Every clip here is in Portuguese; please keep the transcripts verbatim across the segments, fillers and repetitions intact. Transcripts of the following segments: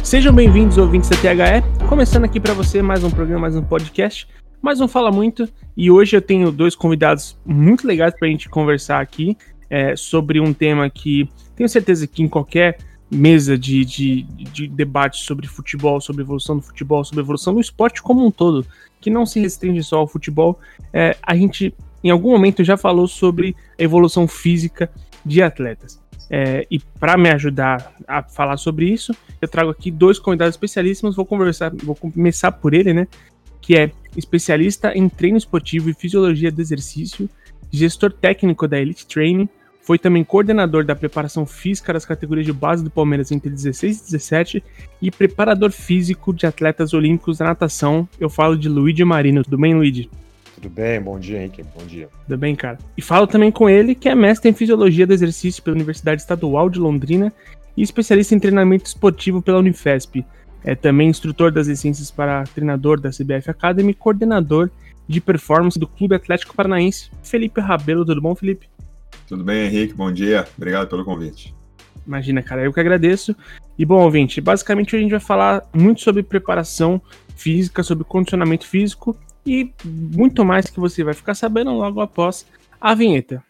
Sejam bem-vindos, ouvintes da T H E, começando aqui para você mais um programa, mais um podcast, mais um Fala Muito, e hoje eu tenho dois convidados muito legais para a gente conversar aqui é, sobre um tema que tenho certeza que em qualquer mesa de, de, de debate sobre futebol, sobre evolução do futebol, sobre evolução do esporte como um todo, que não se restringe só ao futebol, é, a gente em algum momento já falou sobre a evolução física de atletas. É, e para me ajudar a falar sobre isso, eu trago aqui dois convidados especialíssimos. Vou conversar, vou começar por ele, né? Que é especialista em treino esportivo e fisiologia do exercício, gestor técnico da Elite Training, foi também coordenador da preparação física das categorias de base do Palmeiras entre dezesseis e dezessete e preparador físico de atletas olímpicos da natação. Eu falo de Luigi Marino. Tudo bem, Luigi? Tudo bem, bom dia, Henrique, bom dia. Tudo bem, cara. E falo também com ele, que é mestre em Fisiologia do Exercício pela Universidade Estadual de Londrina e especialista em treinamento esportivo pela Unifesp. É também instrutor das licenças para treinador da C B F Academy e coordenador de performance do Clube Atlético Paranaense, Felipe Rabelo. Tudo bom, Felipe? Tudo bem, Henrique, bom dia. Obrigado pelo convite. Imagina, cara, eu que agradeço. E bom, ouvinte, basicamente a gente vai falar muito sobre preparação física, sobre condicionamento físico e muito mais que você vai ficar sabendo logo após a vinheta.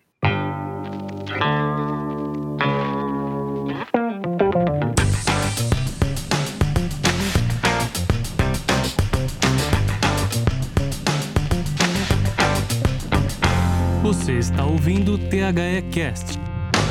Você está ouvindo o T H E Cast.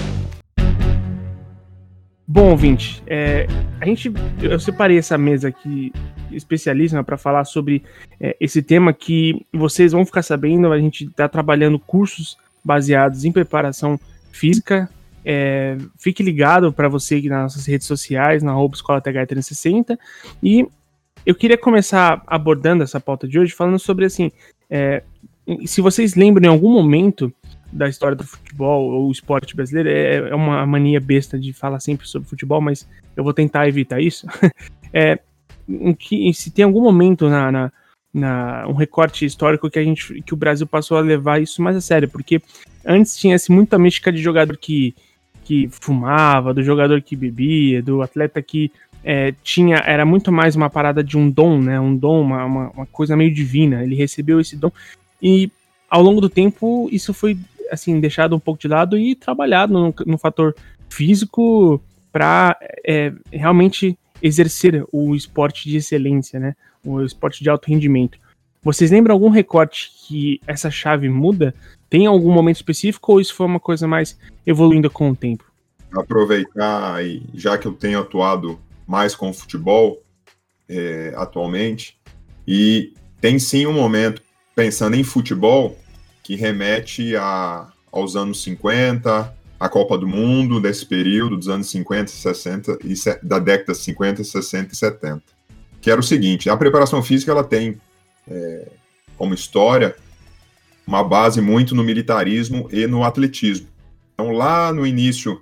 Bom, ouvinte, é, a gente, eu separei essa mesa aqui especialíssima para falar sobre é, esse tema que vocês vão ficar sabendo. A gente está trabalhando cursos baseados em preparação física. É, fique ligado para você nas nossas redes sociais, na arroba Escola T H E trezentos e sessenta. E eu queria começar abordando essa pauta de hoje falando sobre, assim, é, se vocês lembram em algum momento da história do futebol ou esporte brasileiro, é, é uma mania besta de falar sempre sobre futebol, mas eu vou tentar evitar isso. é, em que, se tem algum momento na, na, na um recorte histórico que, a gente, que o Brasil passou a levar isso mais a sério, porque antes tinha-se muita mística de jogador que, que fumava, do jogador que bebia, do atleta que é, tinha, era muito mais uma parada de um dom, né, um dom, uma, uma, uma coisa meio divina. Ele recebeu esse dom e ao longo do tempo isso foi assim deixado um pouco de lado e trabalhado no, no fator físico para é, realmente exercer o esporte de excelência, né? O esporte de alto rendimento. Vocês lembram algum recorte que essa chave muda? Tem algum momento específico ou isso foi uma coisa mais evoluindo com o tempo? Aproveitar, e já que eu tenho atuado mais com o futebol é, atualmente, e tem sim um momento, pensando em futebol, que remete a, aos anos cinquenta, a Copa do Mundo, desse período, dos anos cinquenta, sessenta, e da década de cinquenta, sessenta e setenta. Que era o seguinte, a preparação física ela tem é, como história uma base muito no militarismo e no atletismo. Então lá no início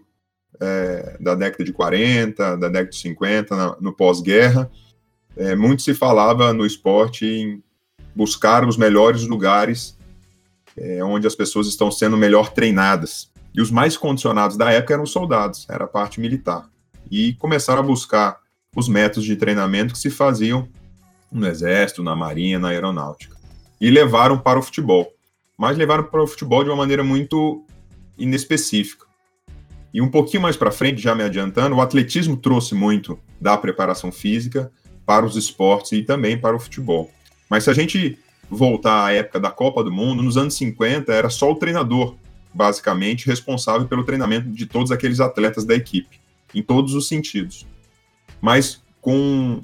é, da década de quarenta, da década de cinquenta, na, no pós-guerra, é, muito se falava no esporte em buscar os melhores lugares é, onde as pessoas estão sendo melhor treinadas. E os mais condicionados da época eram os soldados, era a parte militar. E começaram a buscar os métodos de treinamento que se faziam no exército, na marinha, na aeronáutica. E levaram para o futebol. Mas levaram para o futebol de uma maneira muito inespecífica. E um pouquinho mais para frente, já me adiantando, o atletismo trouxe muito da preparação física para os esportes e também para o futebol. Mas se a gente voltar à época da Copa do Mundo, nos anos cinquenta era só o treinador, basicamente, responsável pelo treinamento de todos aqueles atletas da equipe, em todos os sentidos. Mas com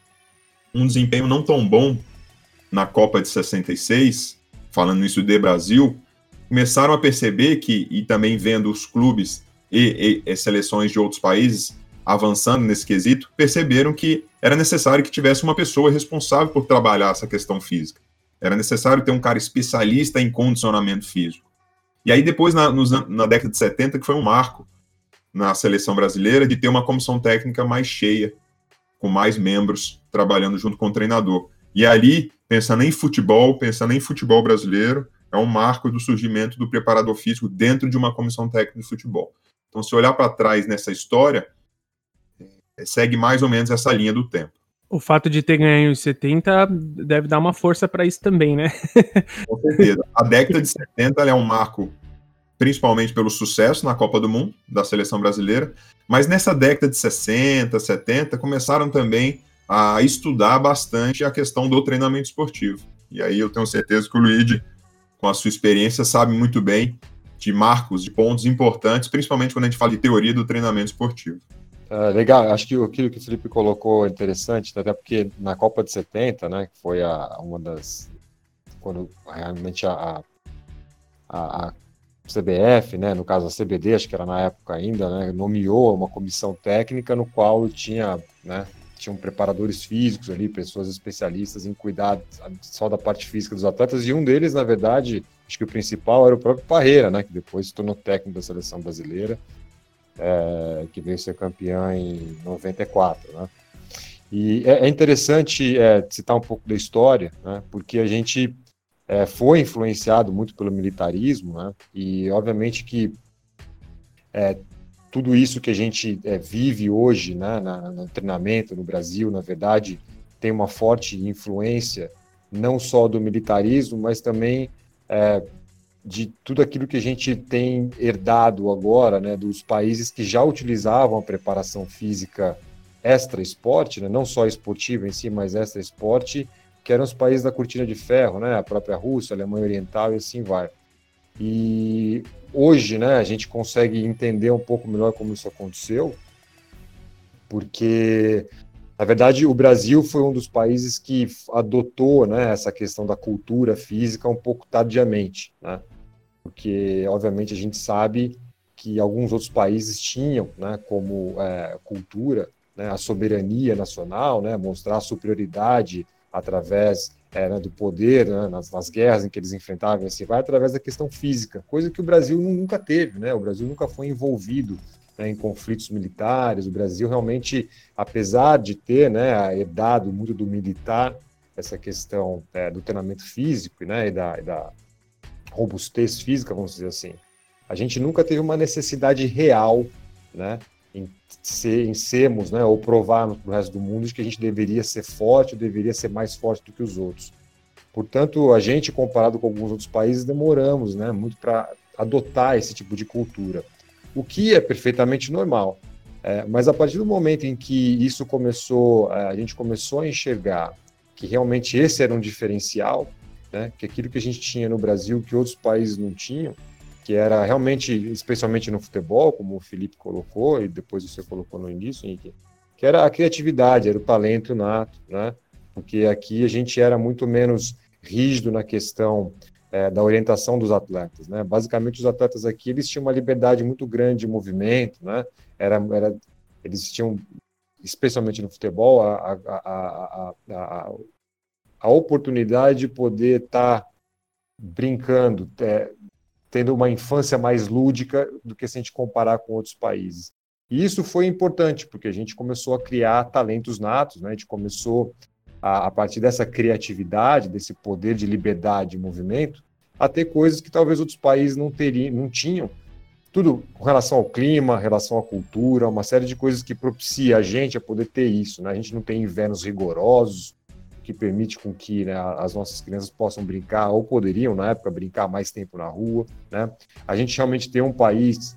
um desempenho não tão bom na Copa de sessenta e seis, falando isso de Brasil, começaram a perceber que, e também vendo os clubes e, e, e seleções de outros países avançando nesse quesito, perceberam que era necessário que tivesse uma pessoa responsável por trabalhar essa questão física. Era necessário ter um cara especialista em condicionamento físico. E aí depois, na, nos, na década de setenta, que foi um marco na seleção brasileira, de ter uma comissão técnica mais cheia, com mais membros trabalhando junto com o treinador. E ali, pensando em futebol, pensando em futebol brasileiro, é um marco do surgimento do preparador físico dentro de uma comissão técnica de futebol. Então, se olhar para trás nessa história, segue mais ou menos essa linha do tempo. O fato de ter ganho em setenta deve dar uma força para isso também, né? Com certeza. A década de setenta ela é um marco principalmente pelo sucesso na Copa do Mundo da seleção brasileira, mas nessa década de sessenta, setenta, começaram também a estudar bastante a questão do treinamento esportivo. E aí eu tenho certeza que o Luigi, com a sua experiência, sabe muito bem de marcos, de pontos importantes, principalmente quando a gente fala de teoria do treinamento esportivo. É, legal, acho que aquilo que o Felipe colocou é interessante, até porque na Copa de setenta, né, que foi a, uma das... quando realmente a, a, a C B F, né, no caso a C B D, acho que era na época ainda, né, nomeou uma comissão técnica no qual tinha, né, tinham preparadores físicos ali, pessoas especialistas em cuidar só da parte física dos atletas, e um deles, na verdade, acho que o principal era o próprio Parreira, né, que depois se tornou técnico da seleção brasileira, é, que veio ser campeão em noventa e quatro, né. E é, é interessante é, citar um pouco da história, né, porque a gente é, foi influenciado muito pelo militarismo, né, e obviamente que é, tudo isso que a gente é, vive hoje, né, na, no treinamento no Brasil, na verdade, tem uma forte influência não só do militarismo, mas também é, de tudo aquilo que a gente tem herdado agora, né, dos países que já utilizavam a preparação física extra-esporte, né, não só esportiva em si, mas extra-esporte, que eram os países da cortina de ferro, né, a própria Rússia, a Alemanha Oriental e assim vai. E hoje, né, a gente consegue entender um pouco melhor como isso aconteceu, porque, na verdade, o Brasil foi um dos países que adotou, né, essa questão da cultura física um pouco tardiamente, né, porque, obviamente, a gente sabe que alguns outros países tinham, né, como é, cultura, né, a soberania nacional, né, mostrar a superioridade através é, né, do poder, né, nas, nas guerras em que eles enfrentavam, assim, vai através da questão física, coisa que o Brasil nunca teve, né? O Brasil nunca foi envolvido, né, em conflitos militares. O Brasil realmente, apesar de ter, né, herdado muito do militar essa questão é, do treinamento físico, né, e da, e da robustez física, vamos dizer assim, a gente nunca teve uma necessidade real, né, em, ser, em sermos, né, ou provarmos para o resto do mundo de que a gente deveria ser forte, ou deveria ser mais forte do que os outros. Portanto, a gente, comparado com alguns outros países, demoramos, né, muito para adotar esse tipo de cultura, o que é perfeitamente normal. É, mas a partir do momento em que isso começou, a gente começou a enxergar que realmente esse era um diferencial, né, que aquilo que a gente tinha no Brasil, que outros países não tinham, que era realmente, especialmente no futebol, como o Felipe colocou, e depois você colocou no início, Henrique, que era a criatividade, era o talento nato, né? Porque aqui a gente era muito menos rígido na questão é, da orientação dos atletas, né? Basicamente, os atletas aqui, eles tinham uma liberdade muito grande de movimento, né? Era, era, eles tinham, especialmente no futebol, a, a, a, a, a, a oportunidade de poder estar tá brincando, é, tendo uma infância mais lúdica do que se a gente comparar com outros países. E isso foi importante, porque a gente começou a criar talentos natos, né? A gente começou, a, a partir dessa criatividade, desse poder de liberdade de movimento, a ter coisas que talvez outros países não teriam, não tinham. Tudo com relação ao clima, relação à cultura, uma série de coisas que propicia a gente a poder ter isso, né? A gente não tem invernos rigorosos, que permite com que, né, as nossas crianças possam brincar, ou poderiam, na época, brincar mais tempo na rua, né? A gente realmente tem um país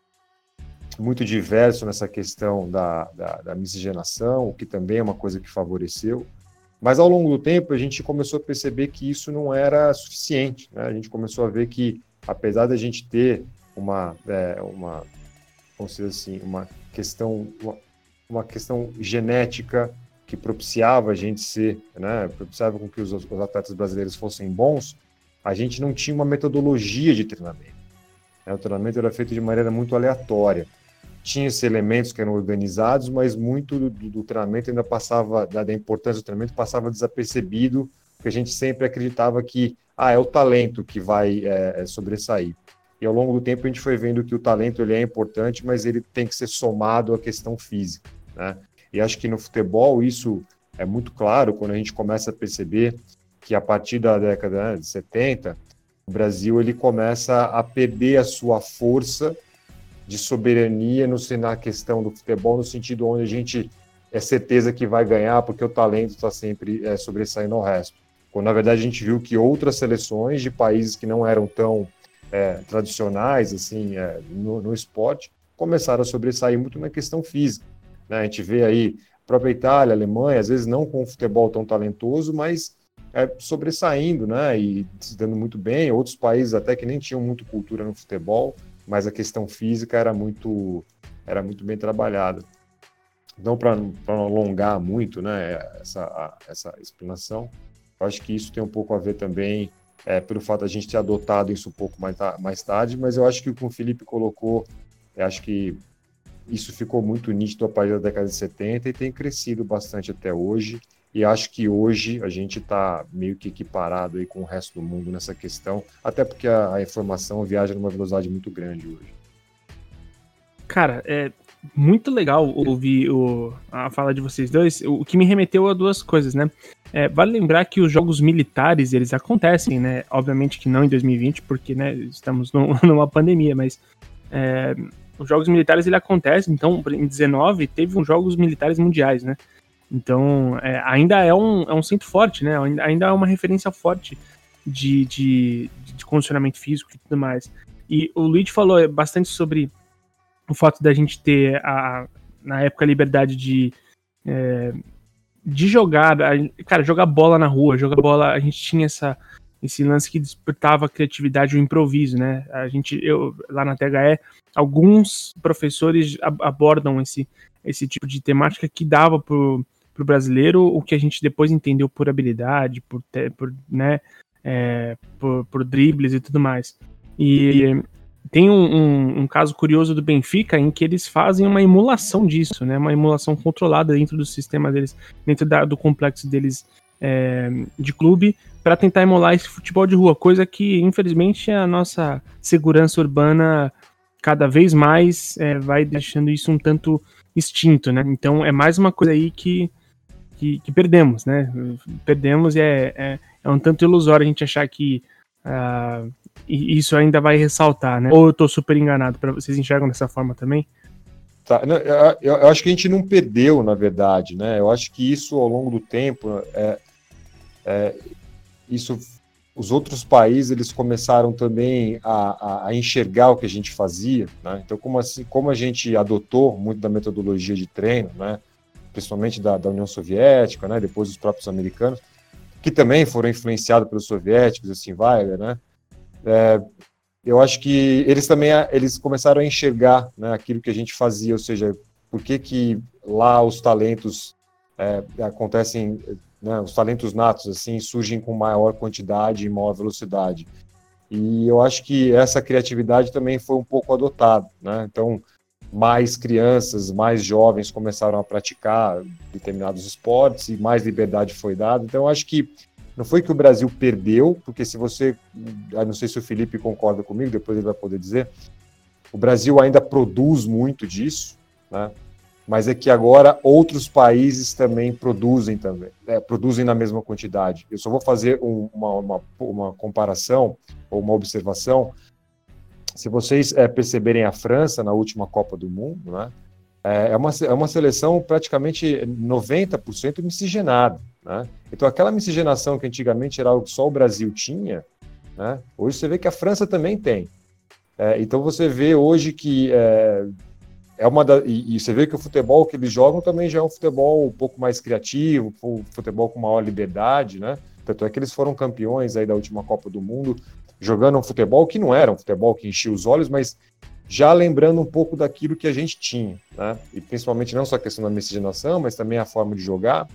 muito diverso nessa questão da, da, da miscigenação, o que também é uma coisa que favoreceu, mas ao longo do tempo a gente começou a perceber que isso não era suficiente, né? A gente começou a ver que, apesar da gente ter uma, é, uma vamos dizer assim, uma questão, uma, uma questão genética que propiciava a gente ser, né, propiciava com que os, os atletas brasileiros fossem bons, a gente não tinha uma metodologia de treinamento. Né? O treinamento era feito de maneira muito aleatória. Tinha esses elementos que eram organizados, mas muito do, do treinamento ainda passava, da, da importância do treinamento, passava desapercebido, porque a gente sempre acreditava que ah, é o talento que vai é, sobressair. E ao longo do tempo a gente foi vendo que o talento ele é importante, mas ele tem que ser somado à questão física, né? E acho que no futebol isso é muito claro quando a gente começa a perceber que a partir da década, né, de setenta, o Brasil ele começa a perder a sua força de soberania no, na questão do futebol, no sentido onde a gente é certeza que vai ganhar porque o talento está sempre é, sobressaindo ao resto. Quando, na verdade, a gente viu que outras seleções de países que não eram tão é, tradicionais assim, é, no, no esporte começaram a sobressair muito na questão física, né? A gente vê aí a própria Itália, a Alemanha, às vezes não com um futebol tão talentoso, mas é, sobressaindo, né? E se dando muito bem. Outros países até que nem tinham muito cultura no futebol, mas a questão física era muito, era muito bem trabalhada. Então, para não alongar muito, né, essa, a, essa explanação, eu acho que isso tem um pouco a ver também é, pelo fato de a gente ter adotado isso um pouco mais, mais tarde, mas eu acho que o que o Felipe colocou, eu acho que isso ficou muito nítido a partir da década de setenta e tem crescido bastante até hoje, e acho que hoje a gente está meio que equiparado aí com o resto do mundo nessa questão, até porque a, a informação viaja numa velocidade muito grande hoje. Cara, é muito legal ouvir o, a fala de vocês dois, o que me remeteu a duas coisas, né? É, vale lembrar que os jogos militares, eles acontecem, né? Obviamente que não em dois mil e vinte, porque, né, estamos num, numa pandemia, mas é, os jogos militares, ele acontecem, então, em dezenove, teve uns jogos militares mundiais, né? Então, é, ainda é um, é um centro forte, né? Ainda é uma referência forte de, de, de condicionamento físico e tudo mais. E o Luigi falou bastante sobre o fato da gente ter, a, na época, a liberdade de, é, de jogar, cara, jogar bola na rua, jogar bola, a gente tinha essa, esse lance que despertava a criatividade e o improviso, né? A gente, eu, lá na T H E, alguns professores abordam esse, esse tipo de temática que dava pro, pro brasileiro o que a gente depois entendeu por habilidade, por, por, né, é, por, por dribles e tudo mais. E tem um, um, um caso curioso do Benfica em que eles fazem uma emulação disso, né? Uma emulação controlada dentro do sistema deles, dentro da, do complexo deles é, de clube, para tentar emular esse futebol de rua, coisa que, infelizmente, a nossa segurança urbana cada vez mais é, vai deixando isso um tanto extinto, né? Então é mais uma coisa aí que, que, que perdemos, né? Perdemos e é, é, é um tanto ilusório a gente achar que uh, e isso ainda vai ressaltar, né? Ou eu tô super enganado, para vocês enxergam dessa forma também? Tá, eu, eu, eu acho que a gente não perdeu, na verdade, né? Eu acho que isso, ao longo do tempo, é, é, isso, os outros países, eles começaram também a, a, a enxergar o que a gente fazia, né? Então, como, assim, como a gente adotou muito da metodologia de treino, né? Principalmente da, da União Soviética, né? Depois os próprios americanos, que também foram influenciados pelos soviéticos, assim vai, né? É, eu acho que eles também eles começaram a enxergar, né, aquilo que a gente fazia, ou seja, por que que lá os talentos é, acontecem, né, os talentos natos assim surgem com maior quantidade e maior velocidade. E eu acho que essa criatividade também foi um pouco adotada, né? Então, mais crianças, mais jovens começaram a praticar determinados esportes e mais liberdade foi dada. Então, eu acho que não foi que o Brasil perdeu, porque se você, eu não sei se o Felipe concorda comigo, depois ele vai poder dizer, o Brasil ainda produz muito disso, né? Mas é que agora outros países também produzem também, é, produzem na mesma quantidade. Eu só vou fazer um, uma, uma, uma comparação ou uma observação. Se vocês é, perceberem a França na última Copa do Mundo, né? É uma, é uma seleção praticamente noventa por cento miscigenada, né? Então, aquela miscigenação que antigamente era algo que só o Brasil tinha, né? Hoje você vê que a França também tem. É, então, você vê hoje que é, é uma da, e, e você vê que o futebol que eles jogam também já é um futebol um pouco mais criativo, um futebol com maior liberdade, né? Tanto é que eles foram campeões aí da última Copa do Mundo, jogando um futebol que não era um futebol que enchia os olhos, mas já lembrando um pouco daquilo que a gente tinha, né? E principalmente não só a questão da miscigenação, mas também a forma de jogar.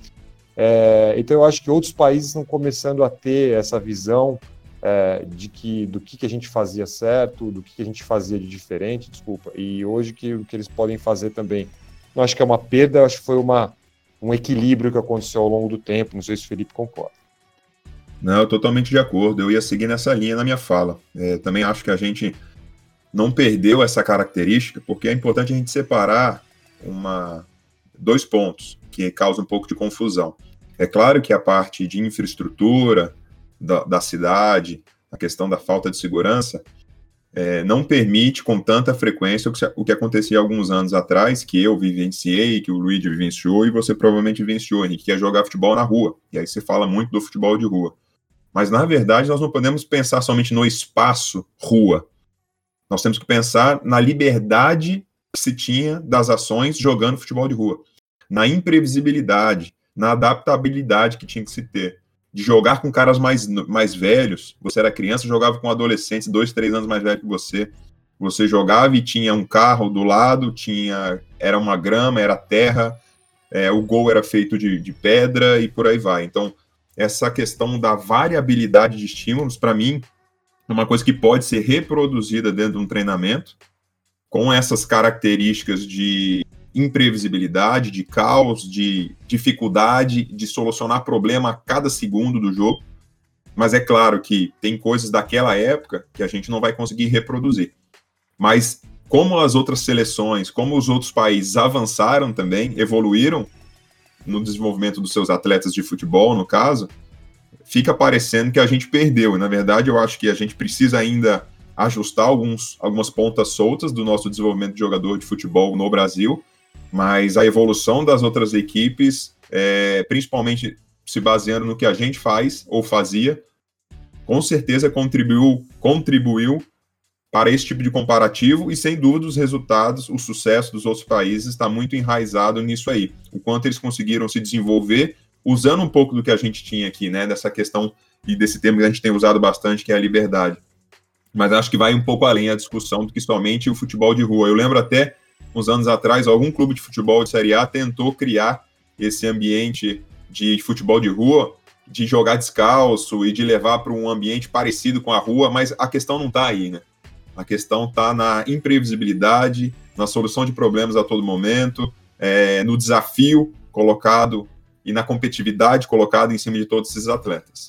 É, então eu acho que outros países estão começando a ter essa visão é, de que, do que, que a gente fazia certo, do que, que a gente fazia de diferente, desculpa, e hoje que, o que eles podem fazer também. Não acho que é uma perda, acho que foi uma, um equilíbrio que aconteceu ao longo do tempo, não sei se o Felipe concorda. Não, totalmente de acordo, eu ia seguir nessa linha na minha fala. É, também acho que a gente não perdeu essa característica, porque é importante a gente separar uma, dois pontos que causam um pouco de confusão. É claro que a parte de infraestrutura da, da cidade, a questão da falta de segurança, é, não permite com tanta frequência o que, o que acontecia alguns anos atrás, que eu vivenciei, que o Luigi vivenciou e você provavelmente vivenciou, Henrique, que é jogar futebol na rua. E aí se fala muito do futebol de rua. Mas, na verdade, nós não podemos pensar somente no espaço rua. Nós temos que pensar na liberdade que se tinha das ações jogando futebol de rua, na imprevisibilidade, na adaptabilidade que tinha que se ter, de jogar com caras mais, mais velhos. Você era criança, jogava com adolescentes dois, três anos mais velhos que você, você jogava e tinha um carro do lado, tinha, era uma grama, era terra, é, o gol era feito de, de pedra e por aí vai. Então, essa questão da variabilidade de estímulos, para mim, é uma coisa que pode ser reproduzida dentro de um treinamento, com essas características de imprevisibilidade, de caos, de dificuldade de solucionar problema a cada segundo do jogo. Mas é claro que tem coisas daquela época que a gente não vai conseguir reproduzir. Mas como as outras seleções, como os outros países avançaram também, evoluíram no desenvolvimento dos seus atletas de futebol, no caso, fica parecendo que a gente perdeu. E, na verdade, eu acho que a gente precisa ainda ajustar alguns, algumas pontas soltas do nosso desenvolvimento de jogador de futebol no Brasil, mas a evolução das outras equipes, é, principalmente se baseando no que a gente faz ou fazia, com certeza contribuiu, contribuiu para esse tipo de comparativo e, sem dúvida, os resultados, o sucesso dos outros países está muito enraizado nisso aí. O quanto eles conseguiram se desenvolver usando um pouco do que a gente tinha aqui, né, dessa questão e desse termo que a gente tem usado bastante, que é a liberdade. Mas acho que vai um pouco além a discussão do que somente o futebol de rua. Eu lembro até, uns anos atrás, algum clube de futebol de Série A tentou criar esse ambiente de futebol de rua, de jogar descalço e de levar para um ambiente parecido com a rua, mas a questão não está aí, né? A questão está na imprevisibilidade, na solução de problemas a todo momento, é, no desafio colocado e na competitividade colocada em cima de todos esses atletas.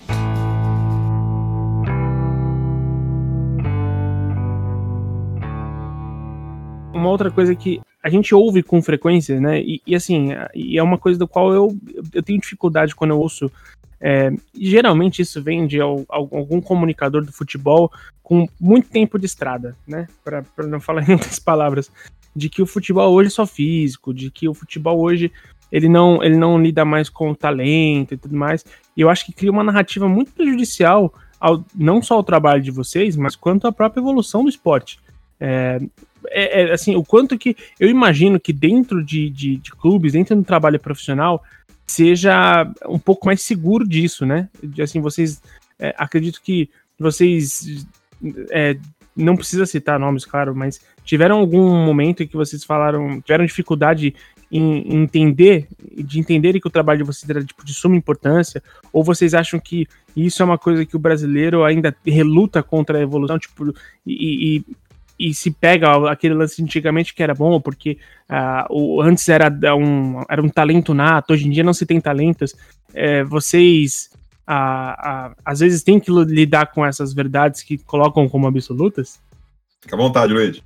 Uma outra coisa que a gente ouve com frequência, né, e, e assim, e é uma coisa do qual eu, eu tenho dificuldade quando eu ouço, é, e geralmente isso vem de algum comunicador do futebol com muito tempo de estrada, né, para não falar em outras palavras, de que o futebol hoje é só físico, de que o futebol hoje ele não, ele não lida mais com o talento e tudo mais, e eu acho que cria uma narrativa muito prejudicial, ao, não só ao trabalho de vocês, mas quanto à própria evolução do esporte. É, é, é, assim, o quanto que eu imagino que dentro de, de, de clubes, dentro do trabalho profissional, seja um pouco mais seguro disso, né? Assim, vocês, é, acredito que vocês, é, não precisa citar nomes, claro, mas tiveram algum momento em que vocês falaram, tiveram dificuldade em entender, de entenderem que o trabalho de vocês era tipo, de suma importância, ou vocês acham que isso é uma coisa que o brasileiro ainda reluta contra a evolução, tipo, e, e e se pega aquele lance antigamente que era bom, porque uh, o, antes era um, era um talento nato, hoje em dia não se tem talentos, é, vocês uh, uh, às vezes têm que lidar com essas verdades que colocam como absolutas? Fica à vontade, Luiz.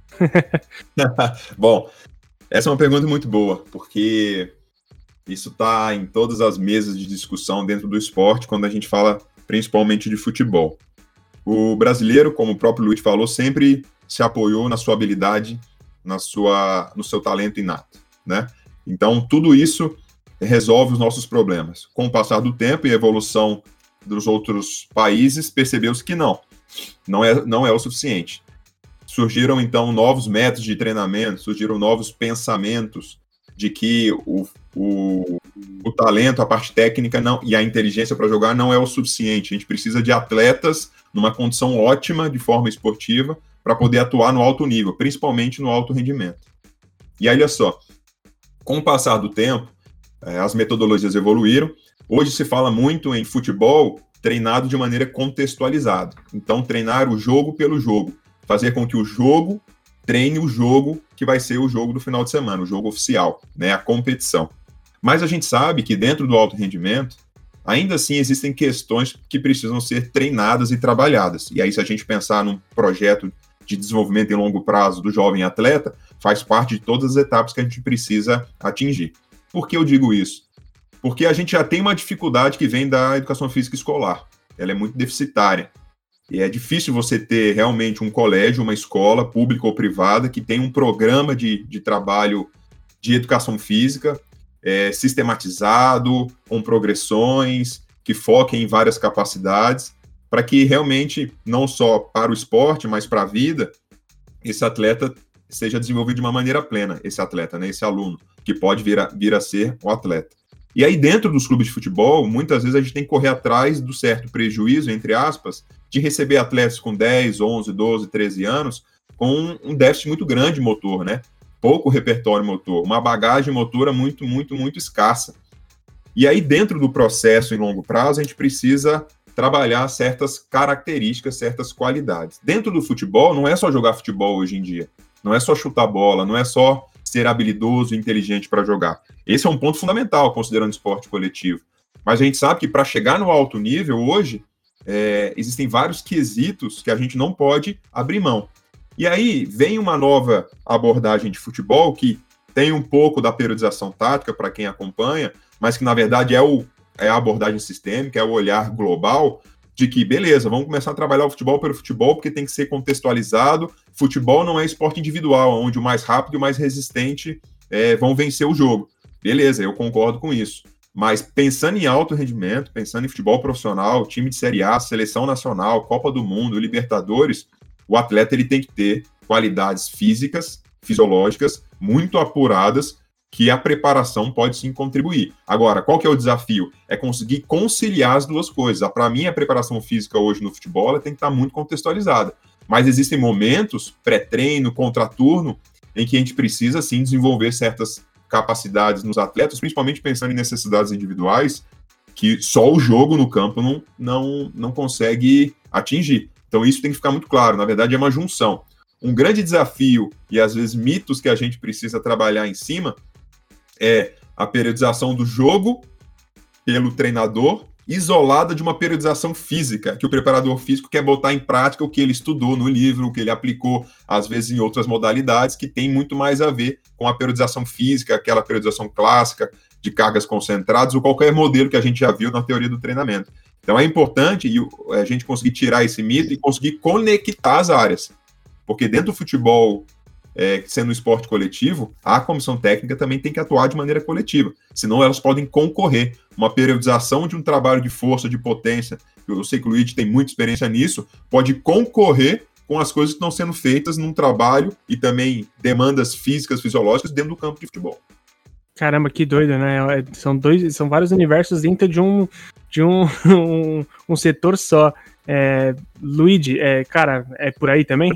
Bom, essa é uma pergunta muito boa, porque isso está em todas as mesas de discussão dentro do esporte, quando a gente fala principalmente de futebol. O brasileiro, como o próprio Luiz falou, sempre se apoiou na sua habilidade, na sua, no seu talento inato, né? Então, tudo isso resolve os nossos problemas. Com o passar do tempo e a evolução dos outros países, percebeu-se que não, não é, não é o suficiente. Surgiram, então, novos métodos de treinamento, surgiram novos pensamentos de que o, o, o talento, a parte técnica não, e a inteligência para jogar não é o suficiente. A gente precisa de atletas numa condição ótima de forma esportiva para poder atuar no alto nível, principalmente no alto rendimento. E aí, olha só, com o passar do tempo, as metodologias evoluíram. Hoje se fala muito em futebol treinado de maneira contextualizada. Então, treinar o jogo pelo jogo. Fazer com que o jogo treine o jogo que vai ser o jogo do final de semana, o jogo oficial, né, a competição. Mas a gente sabe que dentro do alto rendimento, ainda assim existem questões que precisam ser treinadas e trabalhadas. E aí, se a gente pensar num projeto de desenvolvimento em longo prazo do jovem atleta, faz parte de todas as etapas que a gente precisa atingir. Por que eu digo isso? Porque a gente já tem uma dificuldade que vem da educação física escolar. Ela é muito deficitária. E é difícil você ter realmente um colégio, uma escola, pública ou privada, que tem um programa de, de trabalho de educação física é, sistematizado, com progressões, que foquem em várias capacidades, para que realmente, não só para o esporte, mas para a vida, esse atleta seja desenvolvido de uma maneira plena, esse atleta, né, esse aluno, que pode vir a, vir a ser o atleta. E aí, dentro dos clubes de futebol, muitas vezes a gente tem que correr atrás do certo prejuízo, entre aspas, de receber atletas com dez, onze, doze, treze anos, com um déficit muito grande motor, né? Pouco repertório motor, uma bagagem motora muito, muito, muito escassa. E aí, dentro do processo em longo prazo, a gente precisa trabalhar certas características, certas qualidades. Dentro do futebol, não é só jogar futebol hoje em dia, não é só chutar bola, não é só ser habilidoso e inteligente para jogar. Esse é um ponto fundamental, considerando esporte coletivo. Mas a gente sabe que para chegar no alto nível, hoje, é, existem vários quesitos que a gente não pode abrir mão. E aí vem uma nova abordagem de futebol que tem um pouco da periodização tática para quem acompanha, mas que na verdade é, o, é a abordagem sistêmica, é o olhar global de que, beleza, vamos começar a trabalhar o futebol pelo futebol porque tem que ser contextualizado. Futebol não é esporte individual, onde o mais rápido e o mais resistente é, vão vencer o jogo. Beleza, eu concordo com isso. Mas pensando em alto rendimento, pensando em futebol profissional, time de Série A, seleção nacional, Copa do Mundo, Libertadores, o atleta ele tem que ter qualidades físicas, fisiológicas, muito apuradas, que a preparação pode sim contribuir. Agora, qual que é o desafio? É conseguir conciliar as duas coisas. Para mim, a preparação física hoje no futebol ela tem que estar muito contextualizada. Mas existem momentos, pré-treino, contraturno, em que a gente precisa sim desenvolver certas capacidades nos atletas, principalmente pensando em necessidades individuais, que só o jogo no campo não, não, não consegue atingir. Então isso tem que ficar muito claro. Na verdade, é uma junção. Um grande desafio, e às vezes mitos que a gente precisa trabalhar em cima, é a periodização do jogo pelo treinador, isolada de uma periodização física, que o preparador físico quer botar em prática o que ele estudou no livro, o que ele aplicou, às vezes, em outras modalidades, que tem muito mais a ver com a periodização física, aquela periodização clássica de cargas concentradas, ou qualquer modelo que a gente já viu na teoria do treinamento. Então é importante a gente conseguir tirar esse mito e conseguir conectar as áreas, porque dentro do futebol, É, sendo um esporte coletivo, a comissão técnica também tem que atuar de maneira coletiva, senão elas podem concorrer. Uma periodização de um trabalho de força, de potência, eu sei que o Luigi tem muita experiência nisso, pode concorrer com as coisas que estão sendo feitas num trabalho e também demandas físicas, fisiológicas dentro do campo de futebol. Caramba, que doido, né? São dois, são vários universos dentro de um, de um, um, um setor só. É, Luigi, é, cara, é por aí também?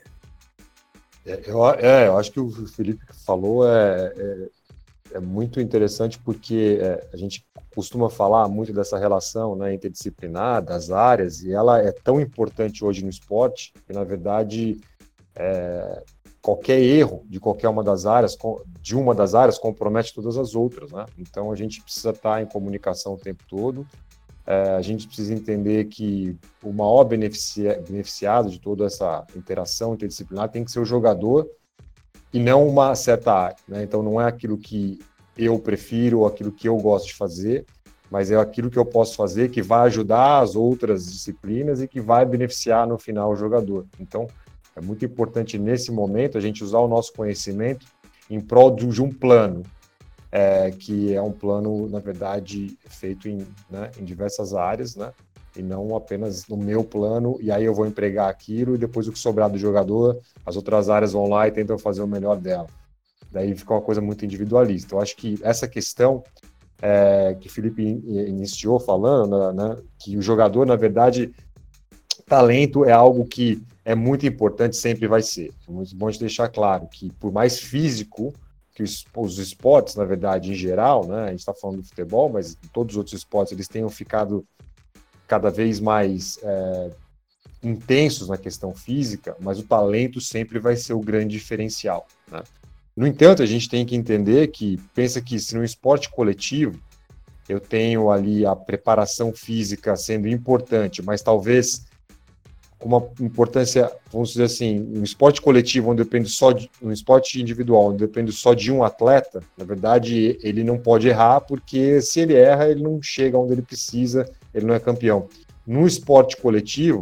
É, eu, é, eu acho que o Felipe falou é, é, é muito interessante porque é, a gente costuma falar muito dessa relação, né, interdisciplinar, das áreas, e ela é tão importante hoje no esporte que, na verdade, é, qualquer erro de qualquer uma das áreas, de uma das áreas, compromete todas as outras, né? Então, a gente precisa estar em comunicação o tempo todo. É, a gente precisa entender que o maior beneficia, beneficiado de toda essa interação interdisciplinar tem que ser o jogador e não uma certa área, né? Então não é aquilo que eu prefiro ou aquilo que eu gosto de fazer, mas é aquilo que eu posso fazer que vai ajudar as outras disciplinas e que vai beneficiar no final o jogador. Então é muito importante nesse momento a gente usar o nosso conhecimento em prol de um plano. É, que é um plano, na verdade, feito em, né, em diversas áreas, né, e não apenas no meu plano, e aí eu vou empregar aquilo, e depois o que sobrar do jogador, as outras áreas vão lá e tentam fazer o melhor dela. Daí fica uma coisa muito individualista. Eu acho que essa questão é, que o Felipe iniciou falando, né, que o jogador, na verdade, talento é algo que é muito importante, sempre vai ser. É muito bom de deixar claro que, por mais físico que os, os esportes, na verdade, em geral, né, a gente está falando do futebol, mas todos os outros esportes, eles tenham ficado cada vez mais é, intensos na questão física, mas o talento sempre vai ser o grande diferencial, né? No entanto, a gente tem que entender que, pensa que se no esporte coletivo eu tenho ali a preparação física sendo importante, mas talvez com uma importância, vamos dizer assim, um esporte coletivo onde depende só de um esporte individual, onde depende só de um atleta, na verdade, ele não pode errar, porque se ele erra, ele não chega onde ele precisa, ele não é campeão. No esporte coletivo,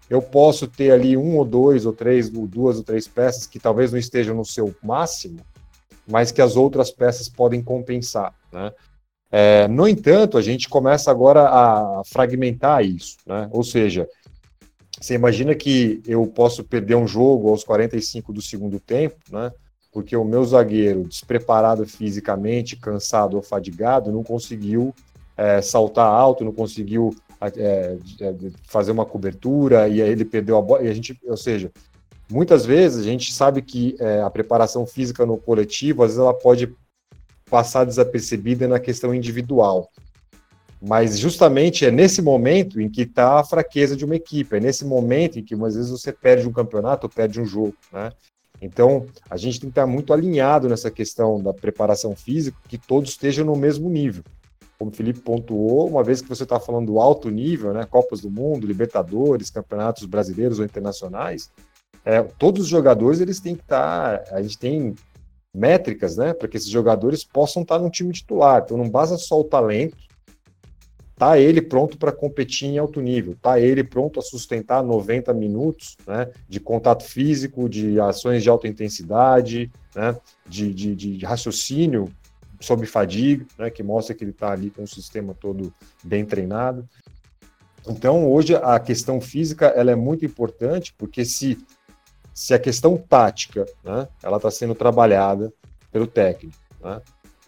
eu posso ter ali um ou dois ou três, ou duas ou três peças que talvez não estejam no seu máximo, mas que as outras peças podem compensar, né? É, no entanto, a gente começa agora a fragmentar isso, né? Ou seja, você imagina que eu posso perder um jogo aos quarenta e cinco do segundo tempo, né? Porque o meu zagueiro, despreparado fisicamente, cansado ou fadigado, não conseguiu é, saltar alto, não conseguiu é, fazer uma cobertura, e aí ele perdeu a bola, e a gente, ou seja, muitas vezes a gente sabe que é, a preparação física no coletivo, às vezes ela pode passar desapercebida na questão individual. Mas justamente é nesse momento em que está a fraqueza de uma equipe, é nesse momento em que às vezes você perde um campeonato ou perde um jogo, né? Então, a gente tem que estar muito alinhado nessa questão da preparação física, que todos estejam no mesmo nível. Como o Felipe pontuou, uma vez que você está falando do alto nível, né, Copas do Mundo, Libertadores, campeonatos brasileiros ou internacionais, é, todos os jogadores eles têm que estar, a gente tem métricas, né, para que esses jogadores possam estar no time titular. Então não basta só o talento, tá ele pronto para competir em alto nível, tá ele pronto a sustentar noventa minutos, né, de contato físico, de ações de alta intensidade, né, de, de, de raciocínio sobre fadiga, né, que mostra que ele está ali com o sistema todo bem treinado. Então hoje a questão física ela é muito importante, porque se se a questão tática, né, ela está sendo trabalhada pelo técnico, né,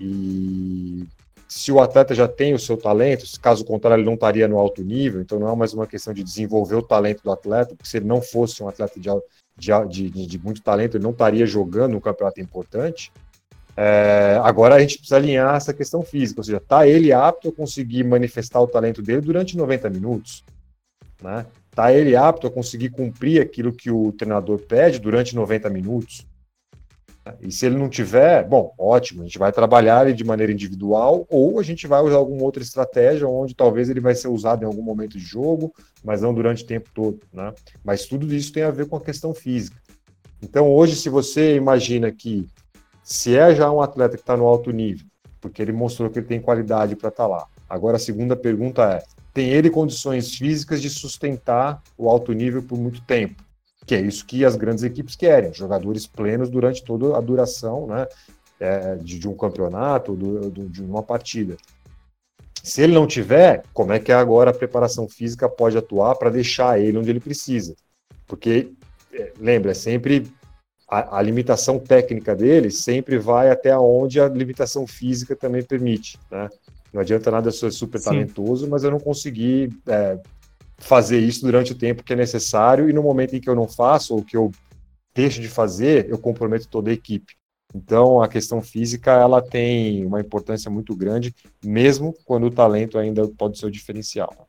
e se o atleta já tem o seu talento, caso contrário ele não estaria no alto nível, então não é mais uma questão de desenvolver o talento do atleta, porque se ele não fosse um atleta de, de, de, de muito talento, ele não estaria jogando um campeonato importante. É, agora a gente precisa alinhar essa questão física, ou seja, está ele apto a conseguir manifestar o talento dele durante noventa minutos, né? Está ele apto a conseguir cumprir aquilo que o treinador pede durante noventa minutos? E se ele não tiver, bom, ótimo, a gente vai trabalhar ele de maneira individual ou a gente vai usar alguma outra estratégia onde talvez ele vai ser usado em algum momento de jogo, mas não durante o tempo todo, né? Mas tudo isso tem a ver com a questão física. Então hoje, se você imagina que se é já um atleta que está no alto nível, porque ele mostrou que ele tem qualidade para estar lá, agora a segunda pergunta é, tem ele condições físicas de sustentar o alto nível por muito tempo? Que é isso que as grandes equipes querem, jogadores plenos durante toda a duração, né, é, de, de um campeonato, do, do, de uma partida. Se ele não tiver, como é que agora a preparação física pode atuar para deixar ele onde ele precisa? Porque, é, lembra, é sempre a, a limitação técnica dele sempre vai até onde a limitação física também permite, né? Não adianta nada eu ser super Sim. talentoso, mas eu não conseguir é, fazer isso durante o tempo que é necessário, e no momento em que eu não faço, ou que eu deixo de fazer, eu comprometo toda a equipe. Então, a questão física, ela tem uma importância muito grande, mesmo quando o talento ainda pode ser o diferencial.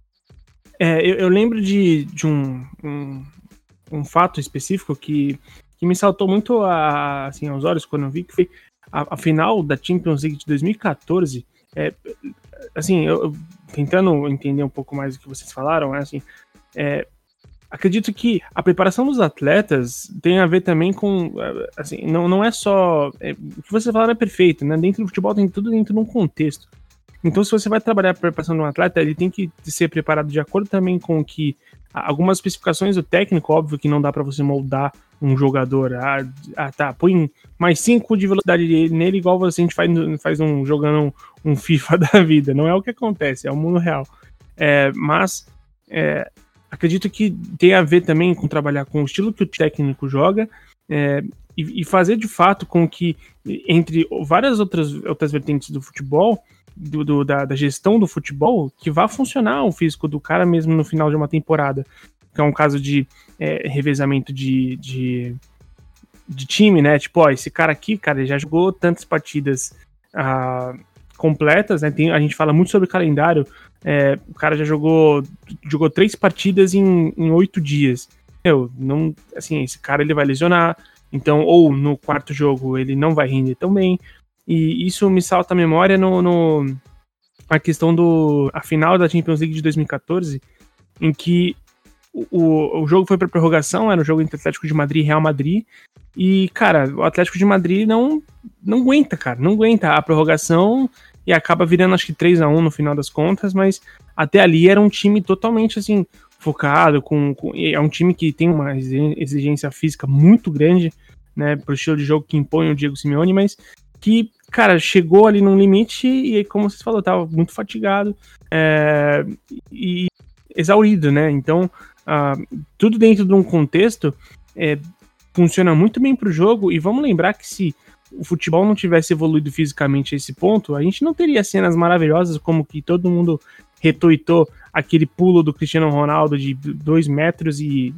É, eu, eu lembro de, de um, um, um fato específico que, que me saltou muito a, assim, aos olhos quando eu vi, que foi a, a final da Champions League de dois mil e catorze. É, assim, eu, eu tentando entender um pouco mais do que vocês falaram, é, assim, é, acredito que a preparação dos atletas tem a ver também com, assim, não, não é só, é, o que vocês falaram é perfeito, né? Dentro do futebol tem tudo dentro de um contexto. Então, se você vai trabalhar a preparação de um atleta, ele tem que ser preparado de acordo também com que algumas especificações do técnico, óbvio que não dá para você moldar um jogador, ah, ah tá, põe mais cinco de velocidade nele, igual a gente faz, faz um, jogando um, um FIFA da vida. Não é o que acontece, é o mundo real. É, mas é, acredito que tem a ver também com trabalhar com o estilo que o técnico joga, é, e, e fazer de fato com que, entre várias outras, outras vertentes do futebol, Do, do, da, da gestão do futebol, que vá funcionar o físico do cara mesmo no final de uma temporada. Que é um caso de é, revezamento de, de, de time, né? Tipo, ó, esse cara aqui, cara, ele já jogou tantas partidas ah, completas, né? Tem, a gente fala muito sobre calendário. É, o cara já jogou, jogou três partidas em, em oito dias. Eu, não, assim, esse cara ele vai lesionar. Então, ou no quarto jogo ele não vai render tão bem. E isso me salta a memória no, no a questão do a final da Champions League de dois mil e catorze, em que o, o jogo foi para prorrogação, era um jogo entre Atlético de Madrid e Real Madrid, e, cara, o Atlético de Madrid não, não aguenta, cara, não aguenta a prorrogação e acaba virando, acho que três a um no final das contas, mas até ali era um time totalmente, assim, focado, com, com, é um time que tem uma exigência física muito grande, né, pro estilo de jogo que impõe o Diego Simeone, mas que, cara, chegou ali num limite e aí, como você falou, tava muito fatigado é, e exaurido, né, então uh, tudo dentro de um contexto é, funciona muito bem pro jogo, e vamos lembrar que se o futebol não tivesse evoluído fisicamente a esse ponto, a gente não teria cenas maravilhosas como que todo mundo retuitou aquele pulo do Cristiano Ronaldo de dois metros e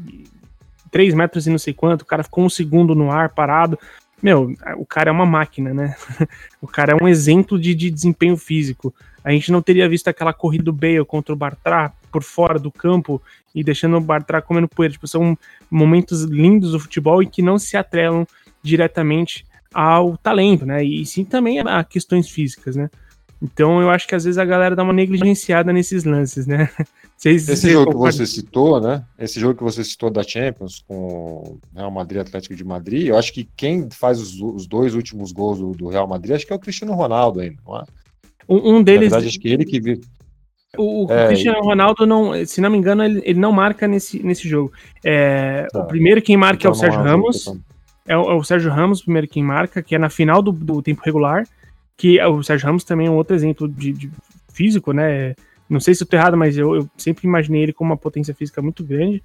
três metros e não sei quanto, o cara ficou um segundo no ar parado. Meu, o cara é uma máquina, né? O cara é um exemplo de, de desempenho físico. A gente não teria visto aquela corrida do Bale contra o Bartra por fora do campo e deixando o Bartra comendo poeira. Tipo, são momentos lindos do futebol e que não se atrelam diretamente ao talento, né? E sim também a questões físicas, né? Então eu acho que às vezes a galera dá uma negligenciada nesses lances, né? Vocês, Esse vocês jogo concordam? que você citou, né? Esse jogo que você citou da Champions com o Real Madrid e Atlético de Madrid, eu acho que quem faz os, os dois últimos gols do, do Real Madrid, acho que é o Cristiano Ronaldo ainda, não é? Um, um deles... Na verdade, acho que ele que... Vi... O, o é, Cristiano Ronaldo, não, se não me engano, ele, ele não marca nesse, nesse jogo. É, tá. O primeiro quem marca Então é o Sérgio é um Ramos. jogo que... É o, é o Sérgio Ramos, primeiro quem marca, que é na final do, do tempo regular. Que é, o Sérgio Ramos também é um outro exemplo de, de físico, né? Não sei se eu tô errado, mas eu, eu sempre imaginei ele com uma potência física muito grande.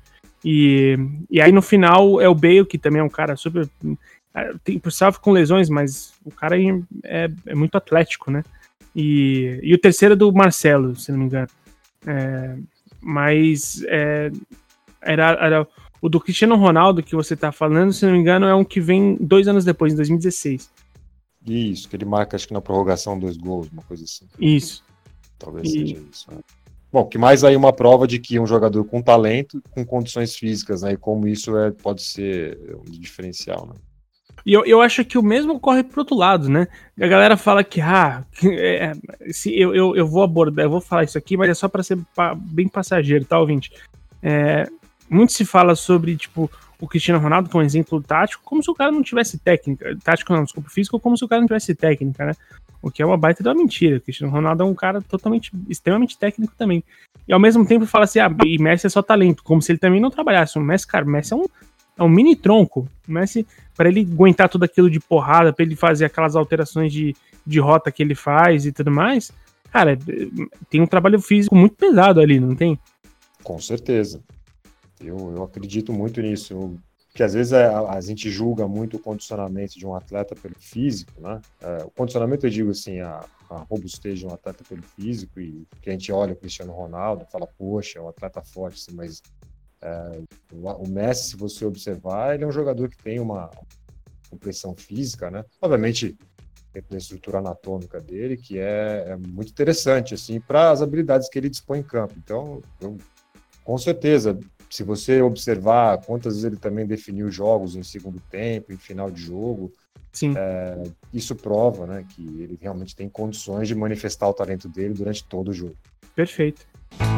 E, e aí no final é o Bale, que também é um cara super... Tem, sofre com lesões, mas o cara é, é, é muito atlético, né? E, e o terceiro é do Marcelo, se não me engano. É, mas é, era, era o do Cristiano Ronaldo que você tá falando, se não me engano, é um que vem dois anos depois, em dois mil e dezesseis. Isso, que ele marca, acho que na prorrogação, dois gols, uma coisa assim. Isso. Talvez E... seja isso. Né? Bom, que mais aí uma prova de que um jogador com talento, com condições físicas, né? E como isso é, pode ser um diferencial, né? E eu, eu acho que o mesmo ocorre pro outro lado, né? A galera fala que, ah, é, se eu, eu, eu vou abordar, eu vou falar isso aqui, mas é só para ser pa, bem passageiro, tá, ouvinte? É, muito se fala sobre, tipo, o Cristiano Ronaldo, que é um exemplo tático, como se o cara não tivesse técnica. Tático não, desculpa, físico, como se o cara não tivesse técnica, né? O que é uma baita de uma mentira. O Cristiano Ronaldo é um cara totalmente, extremamente técnico também. E ao mesmo tempo fala assim, ah, e Messi é só talento, como se ele também não trabalhasse. O Messi, cara, o Messi é um, é um mini tronco. O Messi, para ele aguentar tudo aquilo de porrada, para ele fazer aquelas alterações de, de rota que ele faz e tudo mais, cara, tem um trabalho físico muito pesado ali, não tem? Com certeza. Eu, eu acredito muito nisso. Eu, que às vezes a, a gente julga muito o condicionamento de um atleta pelo físico, né? É, o condicionamento, eu digo assim, a, a robustez de um atleta pelo físico, e que a gente olha o Cristiano Ronaldo e fala, poxa, é um atleta forte, assim, mas é, o, o Messi, se você observar, ele é um jogador que tem uma compressão física, né? Obviamente, dentro da estrutura anatômica dele, que é, é muito interessante, assim, para as habilidades que ele dispõe em campo. Então, eu, com certeza, se você observar quantas vezes ele também definiu jogos em segundo tempo, em final de jogo, Sim. É, isso prova, né, que ele realmente tem condições de manifestar o talento dele durante todo o jogo. Perfeito.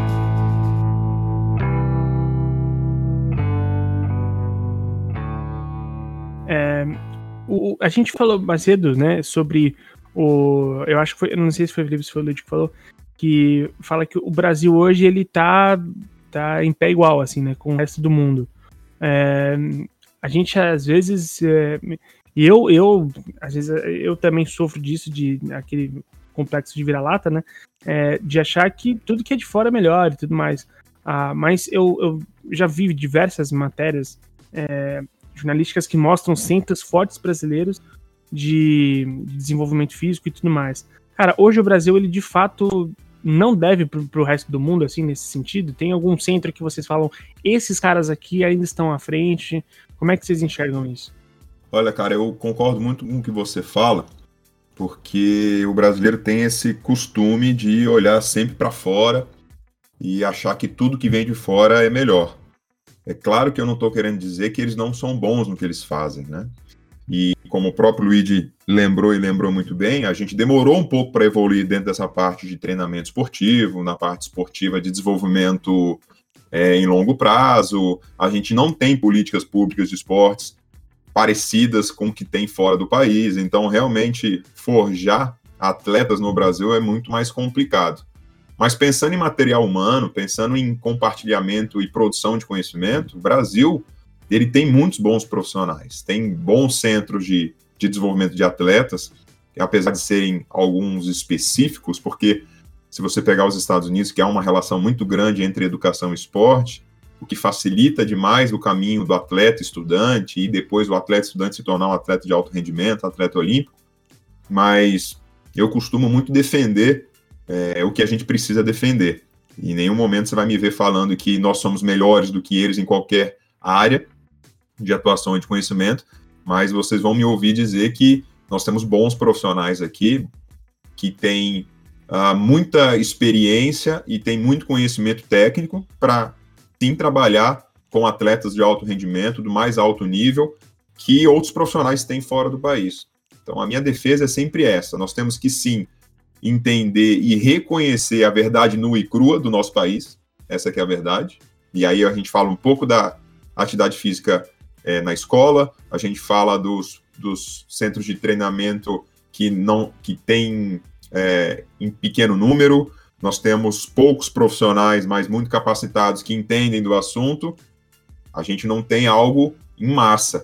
É, o, a gente falou mais cedo, né, sobre o... Eu acho que foi... Eu não sei se foi o Felipe, se foi o Luiz que falou, que fala que o Brasil hoje, ele tá... tá em pé igual, assim, né, com o resto do mundo. É, a gente, às vezes, é, eu, eu, às vezes, eu também sofro disso, de aquele complexo de vira-lata, né, é, de achar que tudo que é de fora é melhor e tudo mais. Ah, mas eu, eu já vi diversas matérias é, jornalísticas que mostram centros fortes brasileiros de, de desenvolvimento físico e tudo mais. Cara, hoje o Brasil, ele de fato... não deve pro, pro resto do mundo, assim, nesse sentido? Tem algum centro que vocês falam, esses caras aqui ainda estão à frente? Como é que vocês enxergam isso? Olha, cara, eu concordo muito com o que você fala, porque o brasileiro tem esse costume de olhar sempre para fora e achar que tudo que vem de fora é melhor. É claro que eu não estou querendo dizer que eles não são bons no que eles fazem, né? E como o próprio Luigi lembrou e lembrou muito bem, a gente demorou um pouco para evoluir dentro dessa parte de treinamento esportivo, na parte esportiva de desenvolvimento é, em longo prazo. A gente não tem políticas públicas de esportes parecidas com o que tem fora do país. Então, realmente, forjar atletas no Brasil é muito mais complicado. Mas pensando em material humano, pensando em compartilhamento e produção de conhecimento, o Brasil, ele tem muitos bons profissionais, tem bons centros de, de desenvolvimento de atletas, apesar de serem alguns específicos, porque se você pegar os Estados Unidos, que há uma relação muito grande entre educação e esporte, o que facilita demais o caminho do atleta estudante e depois o atleta estudante se tornar um atleta de alto rendimento, atleta olímpico, mas eu costumo muito defender é o que a gente precisa defender. Em nenhum momento você vai me ver falando que nós somos melhores do que eles em qualquer área de atuação e de conhecimento, mas vocês vão me ouvir dizer que nós temos bons profissionais aqui, que têm uh, muita experiência e têm muito conhecimento técnico para, sim, trabalhar com atletas de alto rendimento, do mais alto nível, que outros profissionais têm fora do país. Então, a minha defesa é sempre essa. Nós temos que, sim, entender e reconhecer a verdade nua e crua do nosso país, essa que é a verdade, e aí a gente fala um pouco da atividade física é, na escola, a gente fala dos, dos centros de treinamento que, não, que tem é, em pequeno número, nós temos poucos profissionais, mas muito capacitados que entendem do assunto, a gente não tem algo em massa,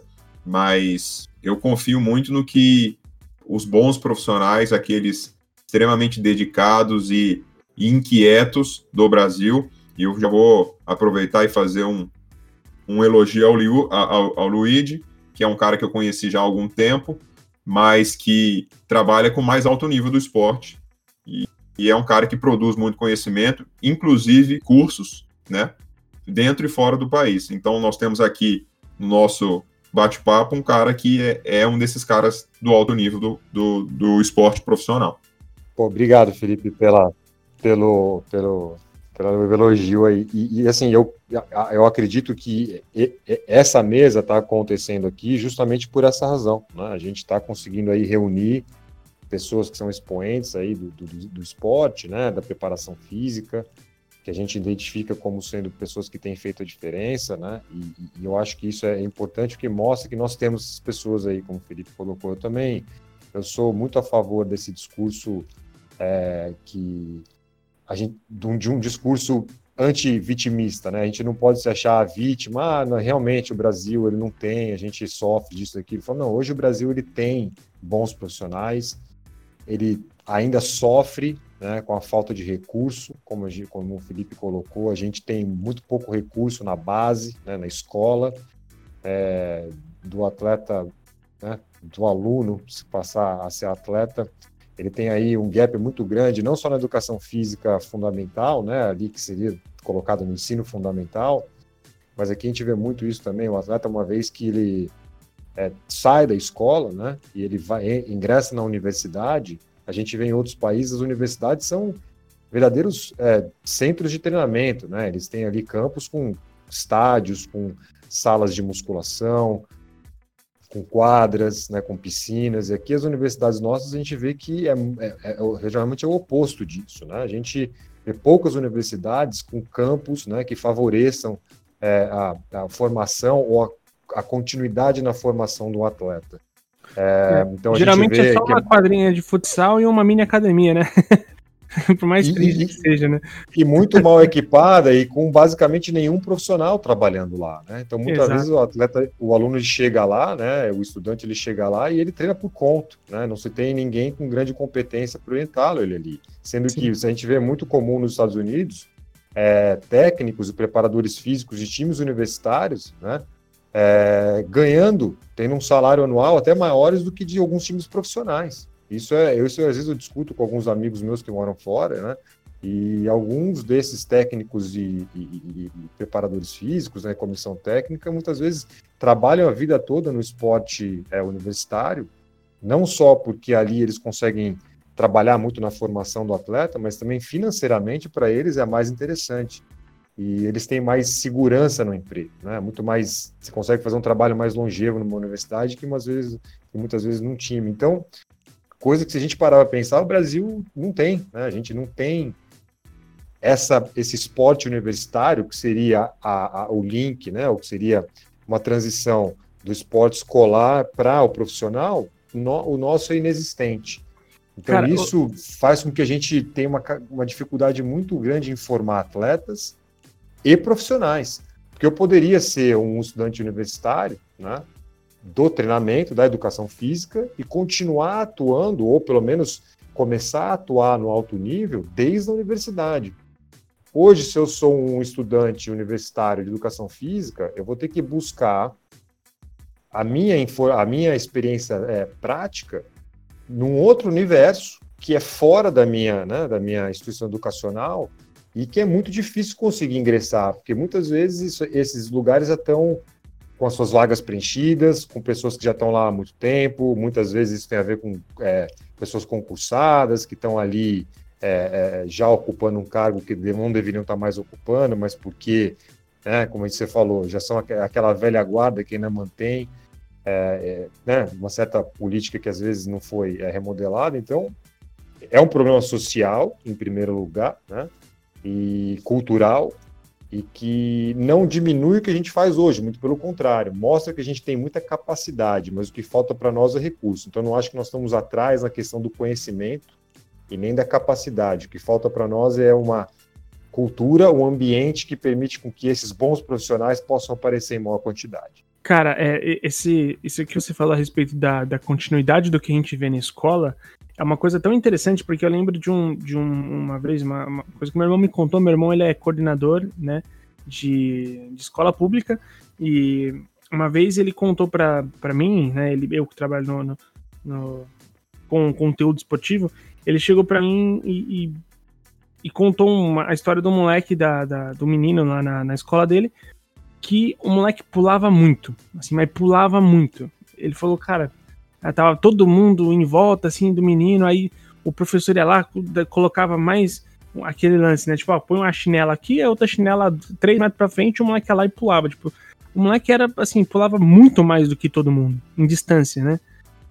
mas eu confio muito no que os bons profissionais, aqueles extremamente dedicados e, e inquietos do Brasil, e eu já vou aproveitar e fazer um, um elogio ao, Liu, ao, ao Luigi, que é um cara que eu conheci já há algum tempo, mas que trabalha com mais alto nível do esporte, e, e é um cara que produz muito conhecimento, inclusive cursos, né, dentro e fora do país. Então nós temos aqui no nosso bate-papo um cara que é, é um desses caras do alto nível do, do, do esporte profissional. Pô, obrigado, Felipe, pela, pelo, pelo, pelo elogio aí. E, e assim, eu, eu acredito que essa mesa está acontecendo aqui justamente por essa razão, né? A gente está conseguindo aí reunir pessoas que são expoentes aí do, do, do esporte, né? Da preparação física, que a gente identifica como sendo pessoas que têm feito a diferença, né? E, e eu acho que isso é importante porque mostra que nós temos pessoas aí, como o Felipe colocou, eu também. Eu sou muito a favor desse discurso é, que a gente, de um, de um discurso anti-vitimista, né? A gente não pode se achar a vítima, ah, não, realmente o Brasil ele não tem, a gente sofre disso aqui. Ele fala, não, hoje o Brasil ele tem bons profissionais, ele ainda sofre, né, com a falta de recurso, como, a gente, como o Felipe colocou, a gente tem muito pouco recurso na base, né, na escola, é, do atleta, né, do aluno se passar a ser atleta, ele tem aí um gap muito grande, não só na educação física fundamental, né, ali que seria colocado no ensino fundamental, mas aqui a gente vê muito isso também, o atleta, uma vez que ele é, sai da escola, né, e ele vai, ingressa na universidade, a gente vê em outros países, as universidades são verdadeiros é, centros de treinamento, né, eles têm ali campos com estádios, com salas de musculação, com quadras, né, com piscinas, e aqui as universidades nossas a gente vê que é, é, é, geralmente é o oposto disso, né, a gente vê poucas universidades com campos, né, que favoreçam é, a, a formação ou a, a continuidade na formação do atleta. É, então geralmente a gente vê é só uma que... quadrinha de futsal e uma mini academia, né? Por mais e, triste e, que seja, né? E muito mal equipada e com basicamente nenhum profissional trabalhando lá, né? Então muitas Exato. vezes o atleta, o aluno ele chega lá, né? O estudante ele chega lá e ele treina por conta, né? Não se tem ninguém com grande competência para orientá-lo ele ali. Sendo Sim. que a gente vê muito comum nos Estados Unidos, é, técnicos e preparadores físicos de times universitários, né? É, ganhando, tendo um salário anual até maiores do que de alguns times profissionais. Isso é, eu, isso às vezes eu discuto com alguns amigos meus que moram fora, né? E alguns desses técnicos e, e, e, e preparadores físicos, né, comissão técnica, muitas vezes trabalham a vida toda no esporte é, universitário, não só porque ali eles conseguem trabalhar muito na formação do atleta, mas também financeiramente para eles é mais interessante. E eles têm mais segurança no emprego, né? Muito mais, você consegue fazer um trabalho mais longevo numa universidade que, umas vezes, que muitas vezes num time. Então, coisa que se a gente parar para pensar, o Brasil não tem, né? A gente não tem essa, esse esporte universitário que seria a, a, o link, né? Ou que seria uma transição do esporte escolar para o profissional, no, o nosso é inexistente. Então, Cara, isso faz com que a gente tenha uma, uma dificuldade muito grande em formar atletas e profissionais. Porque eu poderia ser um estudante universitário, né, do treinamento, da educação física, e continuar atuando, ou pelo menos começar a atuar no alto nível desde a universidade. Hoje, se eu sou um estudante universitário de educação física, eu vou ter que buscar a minha, a minha experiência é, prática num outro universo que é fora da minha, né, da minha instituição educacional e que é muito difícil conseguir ingressar, porque muitas vezes isso, esses lugares já estão com as suas vagas preenchidas, com pessoas que já estão lá há muito tempo, muitas vezes isso tem a ver com é, pessoas concursadas que estão ali é, é, já ocupando um cargo que não deveriam estar mais ocupando, mas porque, né, como você falou, já são aquela velha guarda que ainda mantém É, é, né, uma certa política que às vezes não foi é, remodelada. Então é um problema social em primeiro lugar, né, e cultural, e que não diminui o que a gente faz hoje, muito pelo contrário, mostra que a gente tem muita capacidade, mas o que falta para nós é recurso. Então eu não acho que nós estamos atrás na questão do conhecimento e nem da capacidade. O que falta para nós é uma cultura, um ambiente que permite com que esses bons profissionais possam aparecer em maior quantidade. Cara, é, esse, isso que você falou a respeito da, da continuidade do que a gente vê na escola é uma coisa tão interessante, porque eu lembro de, um, de um, uma vez, uma, uma coisa que meu irmão me contou. Meu irmão, ele é coordenador, né, de, de escola pública, e uma vez ele contou pra, pra mim, né, ele, eu que trabalho no, no, no, com conteúdo esportivo, ele chegou pra mim e, e, e contou uma, a história do moleque, da, da, do menino lá na, na escola dele, que o moleque pulava muito, assim, mas pulava muito. Ele falou, cara, tava todo mundo em volta, assim, do menino, aí o professor ia lá, colocava mais aquele lance, né, tipo, ó, põe uma chinela aqui, a outra chinela três metros pra frente, o moleque ia lá e pulava, tipo, o moleque era, assim, pulava muito mais do que todo mundo, em distância, né,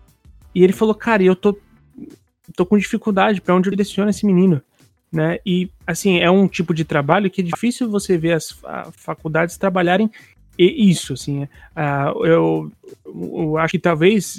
e ele falou, cara, eu tô, tô com dificuldade pra onde eu direciono esse menino, né? E assim, é um tipo de trabalho que é difícil você ver as faculdades trabalharem isso, assim. Uh, eu, eu acho que talvez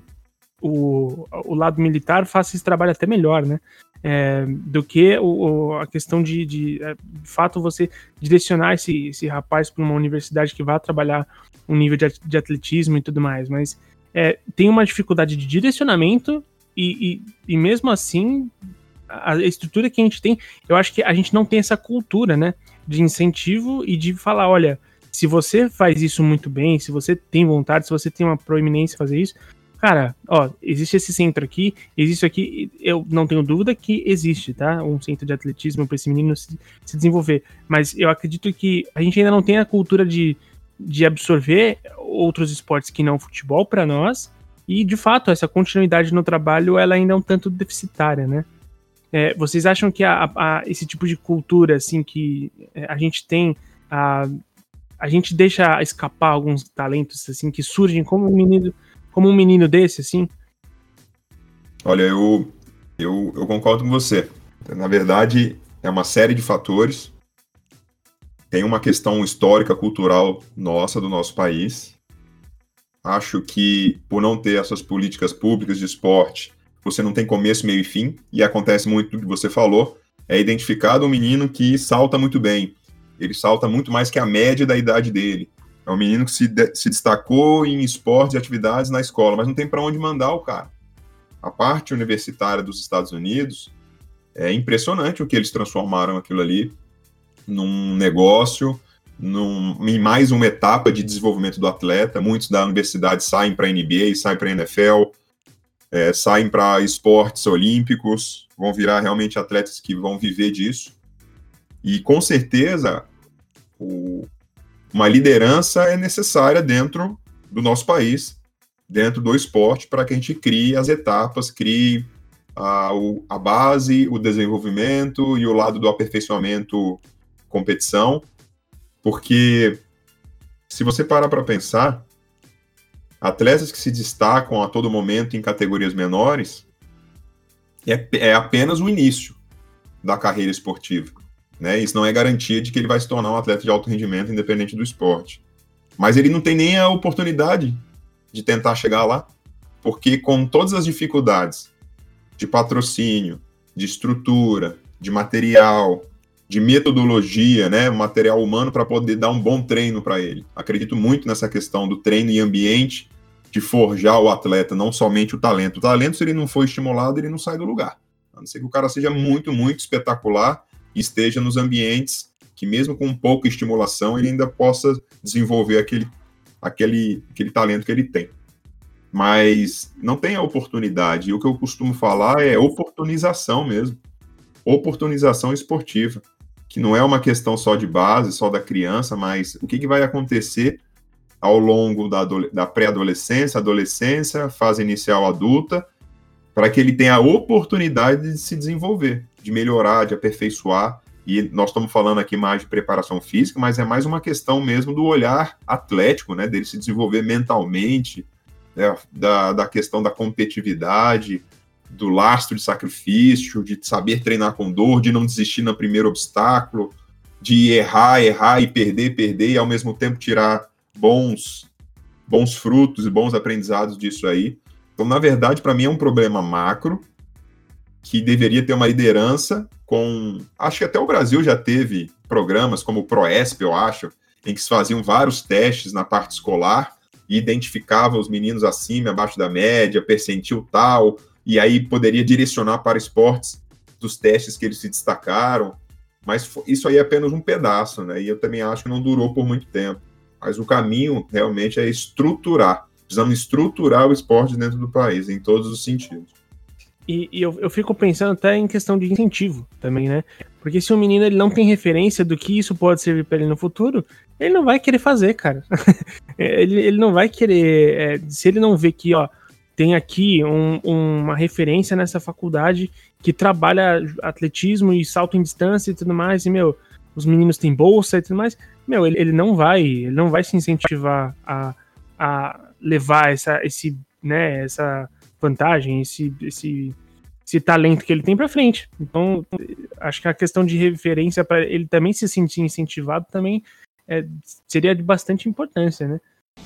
o, o lado militar faça esse trabalho até melhor, né? É, do que o, a questão de, de, de fato, você direcionar esse, esse rapaz para uma universidade que vai trabalhar um nível de, de atletismo e tudo mais. Mas é, tem uma dificuldade de direcionamento e, e, e mesmo assim, a estrutura que a gente tem, eu acho que a gente não tem essa cultura, né, de incentivo e de falar, olha, se você faz isso muito bem, se você tem vontade, se você tem uma proeminência em fazer isso, cara, ó, existe esse centro aqui, existe aqui, eu não tenho dúvida que existe, tá, um centro de atletismo para esse menino se, se desenvolver, mas eu acredito que a gente ainda não tem a cultura de, de absorver outros esportes que não o futebol para nós, e de fato, essa continuidade no trabalho, ela ainda é um tanto deficitária, né. É, vocês acham que a, a, esse tipo de cultura, assim, que a gente tem, a, a gente deixa escapar alguns talentos, assim, que surgem como um menino, como um menino desse, assim? Olha, eu, eu, eu concordo com você. Na verdade, é uma série de fatores. Tem uma questão histórica, cultural nossa, do nosso país. Acho que, por não ter essas políticas públicas de esporte, você não tem começo, meio e fim, e acontece muito do que você falou, é identificado um menino que salta muito bem, ele salta muito mais que a média da idade dele, é um menino que se, de, se destacou em esportes e atividades na escola, mas não tem para onde mandar o cara. A parte universitária dos Estados Unidos, é impressionante o que eles transformaram aquilo ali num negócio, num, em mais uma etapa de desenvolvimento do atleta. Muitos da universidade saem para a N B A, saem para a N F L, É, saem para esportes olímpicos, vão virar realmente atletas que vão viver disso. E, com certeza, o, uma liderança é necessária dentro do nosso país, dentro do esporte, para que a gente crie as etapas, crie a, o, a base, o desenvolvimento e o lado do aperfeiçoamento, competição. Porque, se você parar para pensar, atletas que se destacam a todo momento em categorias menores é, é apenas o início da carreira esportiva, né? Isso não é garantia de que ele vai se tornar um atleta de alto rendimento independente do esporte. Mas ele não tem nem a oportunidade de tentar chegar lá, porque com todas as dificuldades de patrocínio, de estrutura, de material, de metodologia, né, material humano para poder dar um bom treino para ele. Acredito muito nessa questão do treino e ambiente, de forjar o atleta, não somente o talento. O talento, se ele não for estimulado, ele não sai do lugar. A não ser que o cara seja muito, muito espetacular e esteja nos ambientes que, mesmo com pouca estimulação, ele ainda possa desenvolver aquele, aquele, aquele talento que ele tem. Mas não tem a oportunidade. E o que eu costumo falar é oportunização mesmo. Oportunização esportiva, que não é uma questão só de base, só da criança, mas o que, que vai acontecer ao longo da, da pré-adolescência, adolescência, fase inicial adulta, para que ele tenha a oportunidade de se desenvolver, de melhorar, de aperfeiçoar. E nós estamos falando aqui mais de preparação física, mas é mais uma questão mesmo do olhar atlético, né, dele se desenvolver mentalmente, né, da, da questão da competitividade, do lastro de sacrifício, de saber treinar com dor, de não desistir no primeiro obstáculo, de errar, errar e perder, perder, e ao mesmo tempo tirar bons, bons frutos e bons aprendizados disso aí. Então, na verdade, para mim é um problema macro, que deveria ter uma liderança com... Acho que até o Brasil já teve programas como o ProESP, eu acho, em que se faziam vários testes na parte escolar e identificava os meninos acima, abaixo da média, percentil tal, e aí poderia direcionar para esportes dos testes que eles se destacaram, mas isso aí é apenas um pedaço, né? E eu também acho que não durou por muito tempo. Mas o caminho realmente é estruturar. Precisamos estruturar o esporte dentro do país, em todos os sentidos. E, e eu, eu fico pensando até em questão de incentivo também, né? Porque se o menino ele não tem referência do que isso pode servir para ele no futuro, ele não vai querer fazer, cara. ele, ele não vai querer... É, se ele não vê que, ó, tem aqui um, uma referência nessa faculdade que trabalha atletismo e salto em distância e tudo mais, e, meu, os meninos têm bolsa e tudo mais, meu, ele, ele não vai, ele não vai se incentivar a, a levar essa, esse, né, essa vantagem, esse, esse, esse talento que ele tem pra frente. Então, acho que a questão de referência para ele também se sentir incentivado também é, seria de bastante importância, né?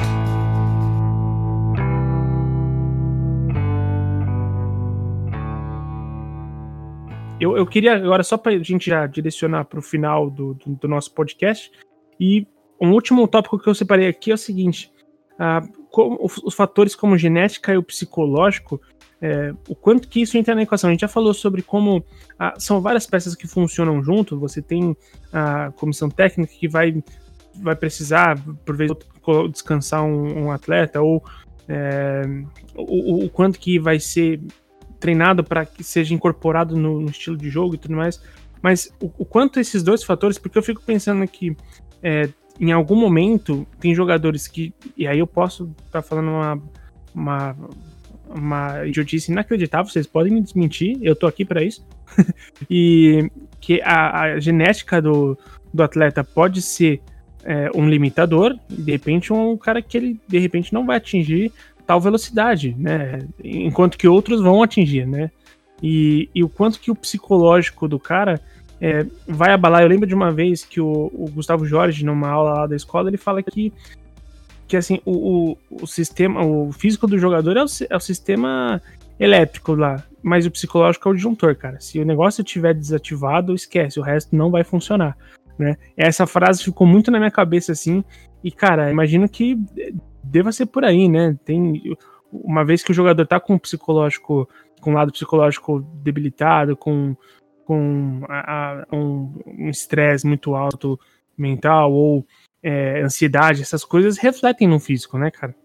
Eu, eu queria agora, só para a gente já direcionar para o final do, do, do nosso podcast, e um último tópico que eu separei aqui é o seguinte, uh, como, os, os fatores como genética e o psicológico, é, o quanto que isso entra na equação. A gente já falou sobre como uh, são várias peças que funcionam junto, você tem a comissão técnica que vai, vai precisar, por vezes, descansar um, um atleta, ou é, o, o quanto que vai ser treinado para que seja incorporado no, no estilo de jogo e tudo mais, mas o, o quanto esses dois fatores, porque eu fico pensando que é, em algum momento tem jogadores que, e aí eu posso estar tá falando uma, uma, uma idiotice inacreditável, vocês podem me desmentir, eu tô aqui para isso, e que a, a genética do, do atleta pode ser é, um limitador, e de repente um cara que ele de repente não vai atingir tal velocidade, né? Enquanto que outros vão atingir, né? E, e o quanto que o psicológico do cara é, vai abalar. Eu lembro de uma vez que o, o Gustavo Jorge, numa aula lá da escola, ele fala que, que assim, o, o, o sistema, o físico do jogador é o, é o sistema elétrico lá, mas o psicológico é o disjuntor, cara. Se o negócio estiver desativado, esquece, o resto não vai funcionar, né? Essa frase ficou muito na minha cabeça, assim, e, cara, imagino que deva ser por aí, né? Tem, uma vez que o jogador tá com o psicológico, com o lado psicológico debilitado, com, com a, a, um estresse muito alto mental, ou é, ansiedade, essas coisas refletem no físico, né, cara?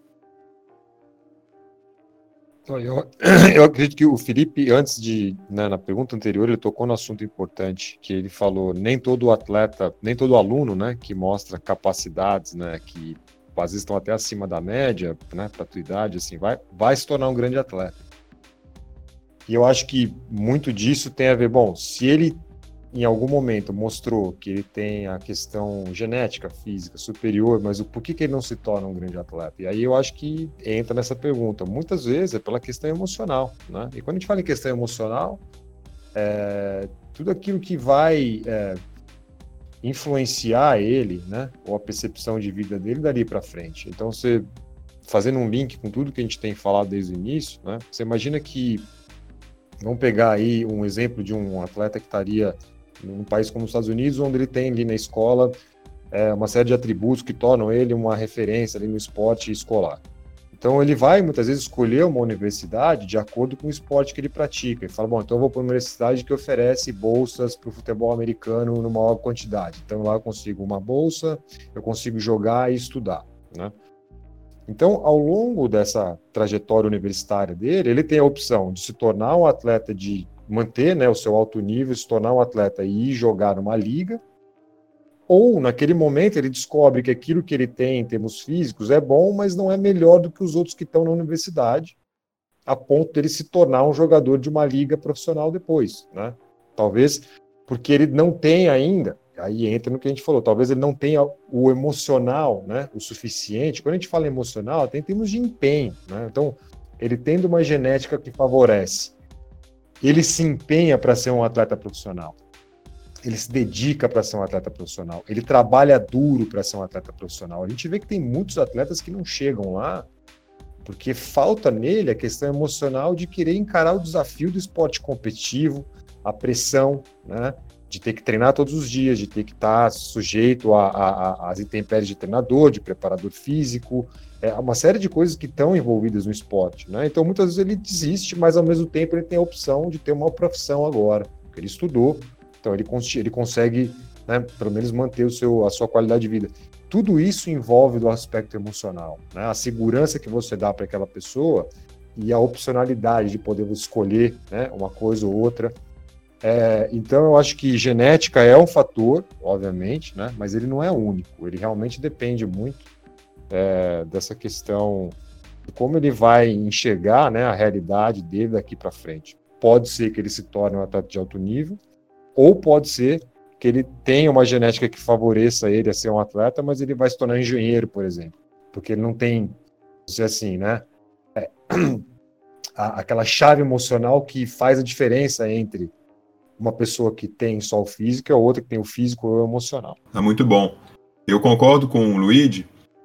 Eu, eu acredito que o Felipe, antes de, né, na pergunta anterior, ele tocou no assunto importante, que ele falou, nem todo atleta, nem todo aluno, né, que mostra capacidades, né, que às vezes estão até acima da média, né, para a tua idade, assim, vai, vai se tornar um grande atleta. E eu acho que muito disso tem a ver, bom, se ele em algum momento mostrou que ele tem a questão genética, física superior, mas o por que, que ele não se torna um grande atleta? E aí eu acho que entra nessa pergunta. Muitas vezes é pela questão emocional, né? E quando a gente fala em questão emocional, é, tudo aquilo que vai é, influenciar ele, né, ou a percepção de vida dele dali para frente. Então, você fazendo um link com tudo que a gente tem falado desde o início, né, você imagina que Vamos pegar aí um exemplo de um atleta que estaria num país como os Estados Unidos, onde ele tem ali na escola é, uma série de atributos que tornam ele uma referência ali no esporte escolar. Então ele vai muitas vezes escolher uma universidade de acordo com o esporte que ele pratica. Ele fala, bom, então eu vou para uma universidade que oferece bolsas para o futebol americano numa maior quantidade. Então lá eu consigo uma bolsa, eu consigo jogar e estudar, né? Então, ao longo dessa trajetória universitária dele, ele tem a opção de se tornar um atleta, de manter, né, o seu alto nível, se tornar um atleta e ir jogar numa liga, ou, naquele momento, ele descobre que aquilo que ele tem em termos físicos é bom, mas não é melhor do que os outros que estão na universidade, a ponto de ele se tornar um jogador de uma liga profissional depois, né? Talvez porque ele não tem ainda, aí entra no que a gente falou, talvez ele não tenha o emocional, né, o suficiente. Quando a gente fala emocional, tem termos de empenho, né? Então, ele tendo uma genética que favorece, ele se empenha para ser um atleta profissional. Ele se dedica para ser um atleta profissional, ele trabalha duro para ser um atleta profissional. A gente vê que tem muitos atletas que não chegam lá porque falta nele a questão emocional de querer encarar o desafio do esporte competitivo, a pressão, né, de ter que treinar todos os dias, de ter que estar sujeito às intempéries de treinador, de preparador físico, é uma série de coisas que estão envolvidas no esporte, né? Então muitas vezes ele desiste, mas ao mesmo tempo ele tem a opção de ter uma profissão agora, porque ele estudou. Então, ele, cons- ele consegue, né, pelo menos, manter o seu, a sua qualidade de vida. Tudo isso envolve do aspecto emocional, né? A segurança que você dá para aquela pessoa e a opcionalidade de poder escolher, né, uma coisa ou outra. É, então, eu acho que genética é um fator, obviamente, né, mas ele não é único. Ele realmente depende muito é, dessa questão de como ele vai enxergar, né, a realidade dele daqui para frente. Pode ser que ele se torne um atleta de alto nível, ou pode ser que ele tenha uma genética que favoreça ele a ser um atleta, mas ele vai se tornar engenheiro, por exemplo, porque ele não tem, vamos dizer assim, né, é, a, aquela chave emocional que faz a diferença entre uma pessoa que tem só o físico e a outra que tem o físico ou o emocional. É muito bom. Eu concordo com o Luigi,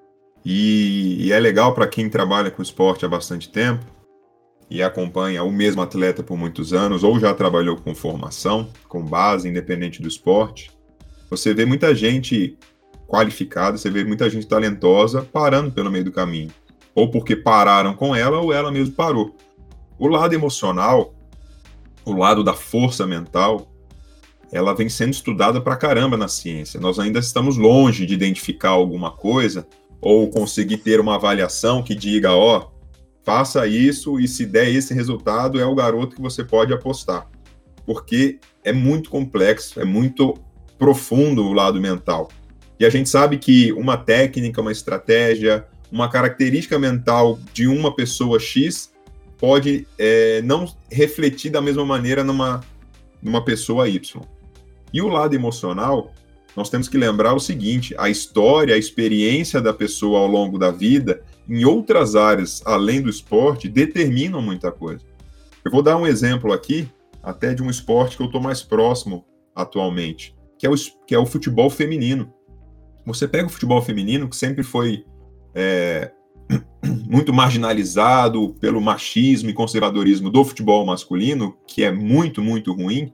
e, e é legal para quem trabalha com esporte há bastante tempo e acompanha o mesmo atleta por muitos anos, ou já trabalhou com formação, com base, independente do esporte. Você vê muita gente qualificada, você vê muita gente talentosa parando pelo meio do caminho. Ou porque pararam com ela, ou ela mesmo parou. O lado emocional, o lado da força mental, ela vem sendo estudada pra caramba na ciência. Nós ainda estamos longe de identificar alguma coisa, ou conseguir ter uma avaliação que diga, ó, faça isso e se der esse resultado é o garoto que você pode apostar. Porque é muito complexo, é muito profundo o lado mental. E a gente sabe que uma técnica, uma estratégia, uma característica mental de uma pessoa X pode é, não refletir da mesma maneira numa, numa pessoa Y. E o lado emocional, nós temos que lembrar o seguinte, a história, a experiência da pessoa ao longo da vida em outras áreas, além do esporte, determinam muita coisa. Eu vou dar um exemplo aqui, até de um esporte que eu estou mais próximo atualmente, que é, o, que é o futebol feminino. Você pega o futebol feminino, que sempre foi é, muito marginalizado pelo machismo e conservadorismo do futebol masculino, que é muito, muito ruim.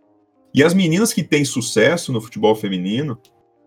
E as meninas que têm sucesso no futebol feminino,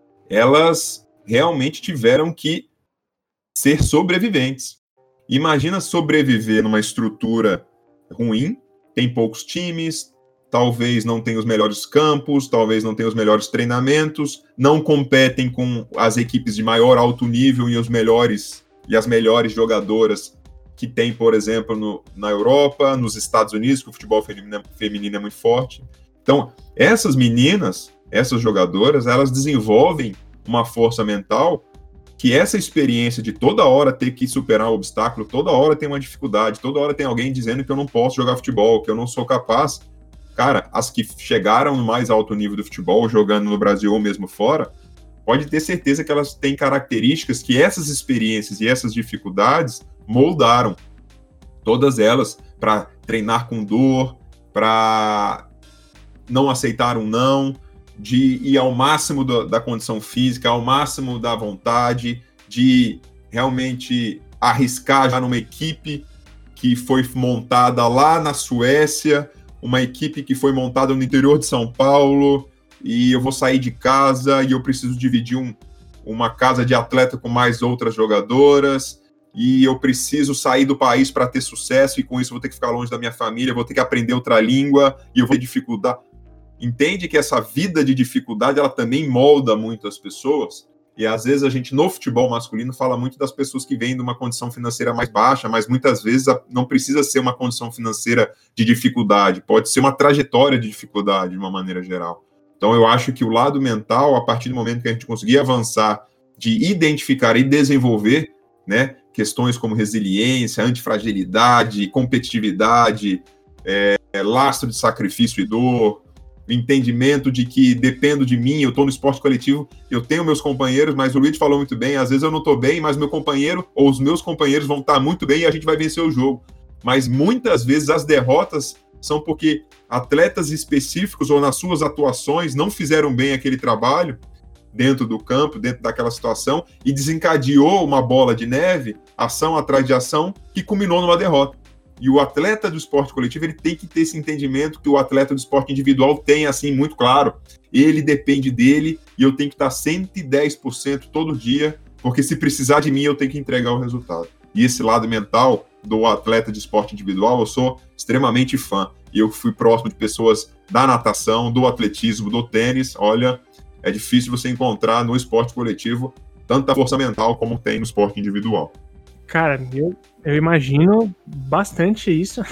elas realmente tiveram que ser sobreviventes. Imagina sobreviver numa estrutura ruim, tem poucos times, talvez não tenha os melhores campos, talvez não tenha os melhores treinamentos, não competem com as equipes de maior alto nível e os melhores e as melhores jogadoras que tem, por exemplo, no, na Europa, nos Estados Unidos, que o futebol feminino, feminino é muito forte. Então, essas meninas, essas jogadoras, elas desenvolvem uma força mental que essa experiência de toda hora ter que superar um obstáculo, toda hora tem uma dificuldade, toda hora tem alguém dizendo que eu não posso jogar futebol, que eu não sou capaz. Cara, as que chegaram no mais alto nível do futebol, jogando no Brasil ou mesmo fora, pode ter certeza que elas têm características que essas experiências e essas dificuldades moldaram. Todas elas para treinar com dor, para não aceitar um não, de ir ao máximo do, da condição física, ao máximo da vontade, de realmente arriscar já numa equipe que foi montada lá na Suécia, uma equipe que foi montada no interior de São Paulo e eu vou sair de casa e eu preciso dividir um, uma casa de atleta com mais outras jogadoras e eu preciso sair do país para ter sucesso e com isso eu vou ter que ficar longe da minha família, vou ter que aprender outra língua e eu vou ter dificuldade. Entende que essa vida de dificuldade, ela também molda muito as pessoas e às vezes a gente no futebol masculino fala muito das pessoas que vêm de uma condição financeira mais baixa, mas muitas vezes não precisa ser uma condição financeira de dificuldade, pode ser uma trajetória de dificuldade de uma maneira geral. Então eu acho que o lado mental, a partir do momento que a gente conseguir avançar, de identificar e desenvolver, né, questões como resiliência, antifragilidade, competitividade, é, lastro de sacrifício e dor, entendimento de que dependo de mim, eu estou no esporte coletivo, eu tenho meus companheiros, mas o Luiz falou muito bem, às vezes eu não estou bem, mas meu companheiro ou os meus companheiros vão estar muito bem e a gente vai vencer o jogo. Mas muitas vezes as derrotas são porque atletas específicos ou nas suas atuações não fizeram bem aquele trabalho dentro do campo, dentro daquela situação, e desencadeou uma bola de neve, ação atrás de ação, que culminou numa derrota. E o atleta do esporte coletivo, ele tem que ter esse entendimento que o atleta do esporte individual tem, assim, muito claro. Ele depende dele e eu tenho que estar cento e dez por cento todo dia, porque se precisar de mim, eu tenho que entregar o resultado. E esse lado mental do atleta de esporte individual, eu sou extremamente fã. E eu fui próximo de pessoas da natação, do atletismo, do tênis. Olha, é difícil você encontrar no esporte coletivo tanta força mental como tem no esporte individual. Cara, eu, eu imagino bastante isso.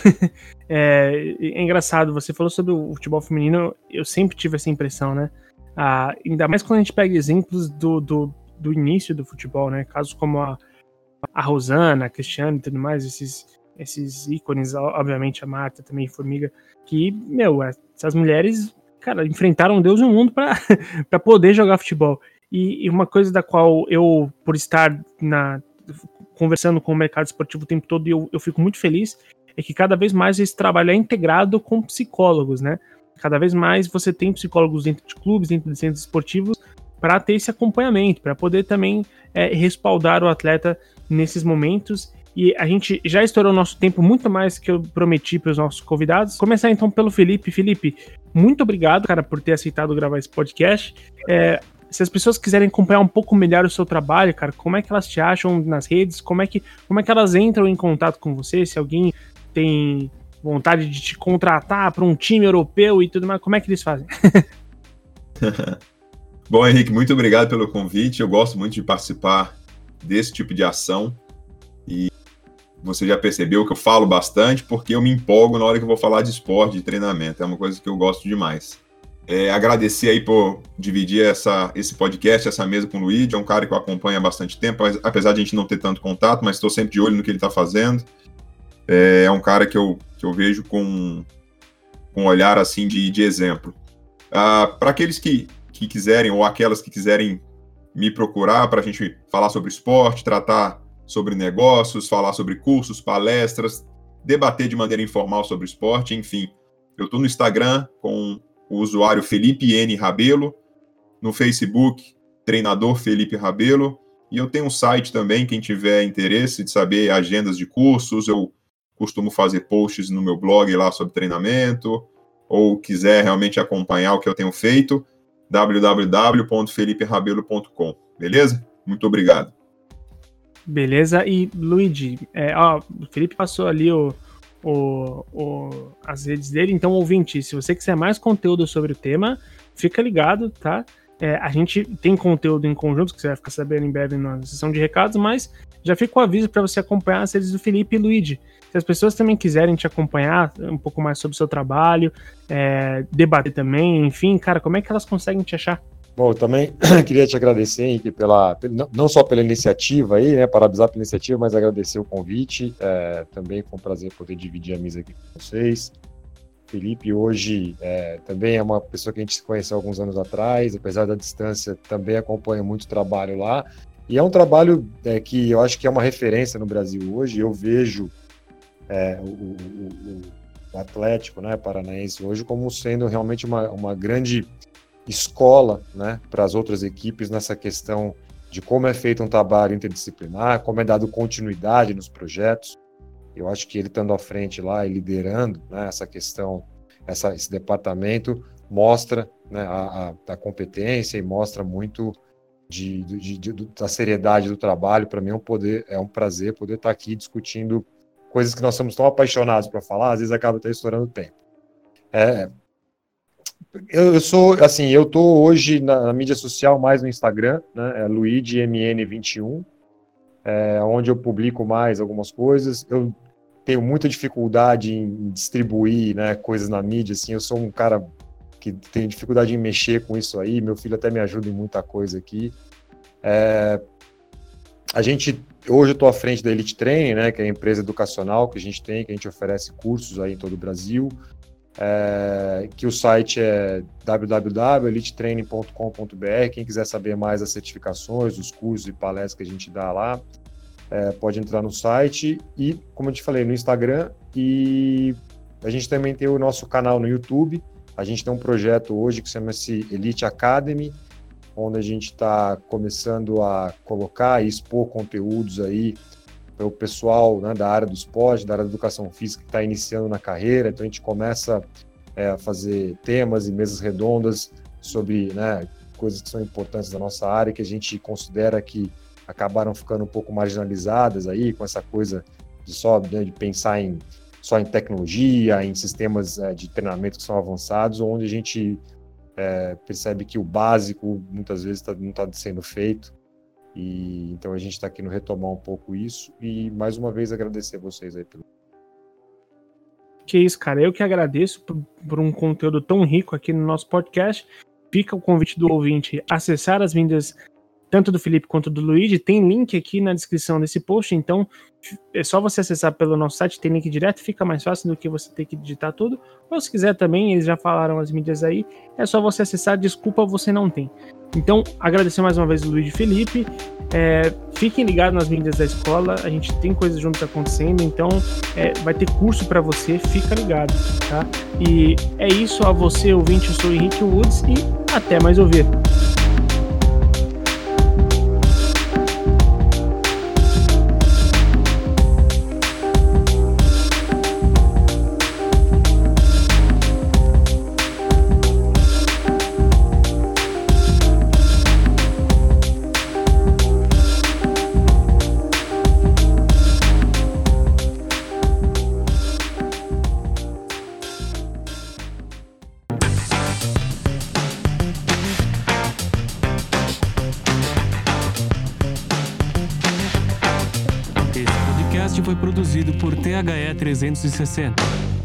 é, é engraçado, você falou sobre o futebol feminino, eu sempre tive essa impressão, né? Ah, ainda mais quando a gente pega exemplos do, do, do início do futebol, né? Casos como a, a Rosana, a Cristiane e tudo mais, esses, esses ícones, obviamente a Marta também, Formiga, que, meu, essas mulheres, cara, enfrentaram Deus e o mundo pra, pra poder jogar futebol. E, e uma coisa da qual eu, por estar na... conversando com o mercado esportivo o tempo todo, e eu, eu fico muito feliz, é que cada vez mais esse trabalho é integrado com psicólogos, né? Cada vez mais você tem psicólogos dentro de clubes, dentro de centros esportivos, para ter esse acompanhamento, para poder também é, respaldar o atleta nesses momentos. E a gente já estourou o nosso tempo muito mais que eu prometi para os nossos convidados. Começar então pelo Felipe. Felipe, muito obrigado, cara, por ter aceitado gravar esse podcast. É, Se as pessoas quiserem acompanhar um pouco melhor o seu trabalho, cara, como é que elas te acham nas redes? Como é que, como é que elas entram em contato com você? Se alguém tem vontade de te contratar para um time europeu e tudo mais, como é que eles fazem? Bom, Henrique, muito obrigado pelo convite. Eu gosto muito de participar desse tipo de ação e você já percebeu que eu falo bastante porque eu me empolgo na hora que eu vou falar de esporte, de treinamento. É uma coisa que eu gosto demais. É, agradecer aí por dividir essa, esse podcast, essa mesa com o Luigi. É um cara que eu acompanho há bastante tempo, apesar de a gente não ter tanto contato, mas estou sempre de olho no que ele está fazendo. É, é um cara que eu, que eu vejo com, com um olhar assim de, de exemplo. Ah, para aqueles que, que quiserem, ou aquelas que quiserem me procurar para a gente falar sobre esporte, tratar sobre negócios, falar sobre cursos, palestras, debater de maneira informal sobre esporte, enfim. Eu estou no Instagram com o usuário Felipe N. Rabelo, no Facebook, treinador Felipe Rabelo, e eu tenho um site também, quem tiver interesse de saber agendas de cursos, eu costumo fazer posts no meu blog lá sobre treinamento, ou quiser realmente acompanhar o que eu tenho feito, w w w ponto felipe rabelo ponto com, beleza? Muito obrigado. Beleza, e Luigi, é, ó, o Felipe passou ali o O, o, as redes dele, então ouvinte, se você quiser mais conteúdo sobre o tema, fica ligado, tá? É, a gente tem conteúdo em conjunto, que você vai ficar sabendo em breve na sessão de recados, mas já fica o aviso para você acompanhar as redes do Felipe e Luigi. Se as pessoas também quiserem te acompanhar um pouco mais sobre o seu trabalho, é, debater também, enfim, cara, como é que elas conseguem te achar? Bom, eu também queria te agradecer, Henrique, pela, não só pela iniciativa aí, né, parabenizar pela iniciativa, mas agradecer o convite. É, também foi um prazer poder dividir a mesa aqui com vocês. Felipe hoje é, também é uma pessoa que a gente se conheceu alguns anos atrás, apesar da distância, também acompanha muito trabalho lá. E é um trabalho é, que eu acho que é uma referência no Brasil hoje. Eu vejo é, o, o, o Atlético, né, Paranaense hoje como sendo realmente uma, uma grande escola, né, para as outras equipes nessa questão de como é feito um trabalho interdisciplinar, como é dado continuidade nos projetos. Eu acho que ele estando à frente lá e liderando, né, essa questão essa, esse departamento mostra, né, a, a, a competência e mostra muito de, de, de, da seriedade do trabalho. Para mim é um, poder, é um prazer poder estar aqui discutindo coisas que nós somos tão apaixonados para falar, às vezes acaba até estourando o tempo. É, eu, eu sou, assim, eu estou hoje na, na mídia social mais no Instagram, né, é Luigi M N vinte e um, é, onde eu publico mais algumas coisas. Eu tenho muita dificuldade em distribuir, né, coisas na mídia, assim, eu sou um cara que tem dificuldade em mexer com isso aí, meu filho até me ajuda em muita coisa aqui. É, a gente, hoje eu estou à frente da Elite Training, né, que é a empresa educacional que a gente tem, que a gente oferece cursos aí em todo o Brasil, é, que o site é w w w ponto elite training ponto com ponto b r. Quem quiser saber mais das certificações, dos cursos e palestras que a gente dá lá, é, pode entrar no site e, como eu te falei, no Instagram, e a gente também tem o nosso canal no YouTube. A gente tem um projeto hoje que chama-se Elite Academy, onde a gente está começando a colocar e expor conteúdos aí para o pessoal, né, da área do esporte, da área da educação física que está iniciando na carreira. Então a gente começa é, a fazer temas e mesas redondas sobre, né, coisas que são importantes da nossa área, que a gente considera que acabaram ficando um pouco marginalizadas aí, com essa coisa de só, né, de pensar em só em tecnologia, em sistemas é, de treinamento que são avançados, onde a gente é, percebe que o básico muitas vezes tá, não está sendo feito, e então a gente está aqui no retomar um pouco isso, e mais uma vez agradecer vocês aí pelo... Que isso, cara, eu que agradeço por, por um conteúdo tão rico aqui no nosso podcast. Fica o convite do ouvinte acessar as mídias tanto do Felipe quanto do Luigi, tem link aqui na descrição desse post, então é só você acessar pelo nosso site, tem link direto, fica mais fácil do que você ter que digitar tudo, ou se quiser também, eles já falaram as mídias aí, é só você acessar, desculpa, você não tem. Então, agradecer mais uma vez o Luigi e Felipe, é, fiquem ligados nas mídias da escola, a gente tem coisas juntas acontecendo, então é, vai ter curso para você, fica ligado, tá? E é isso, a você ouvinte, eu sou o Henrique Woods e até mais ouvir. Foi produzido por T H E trezentos e sessenta.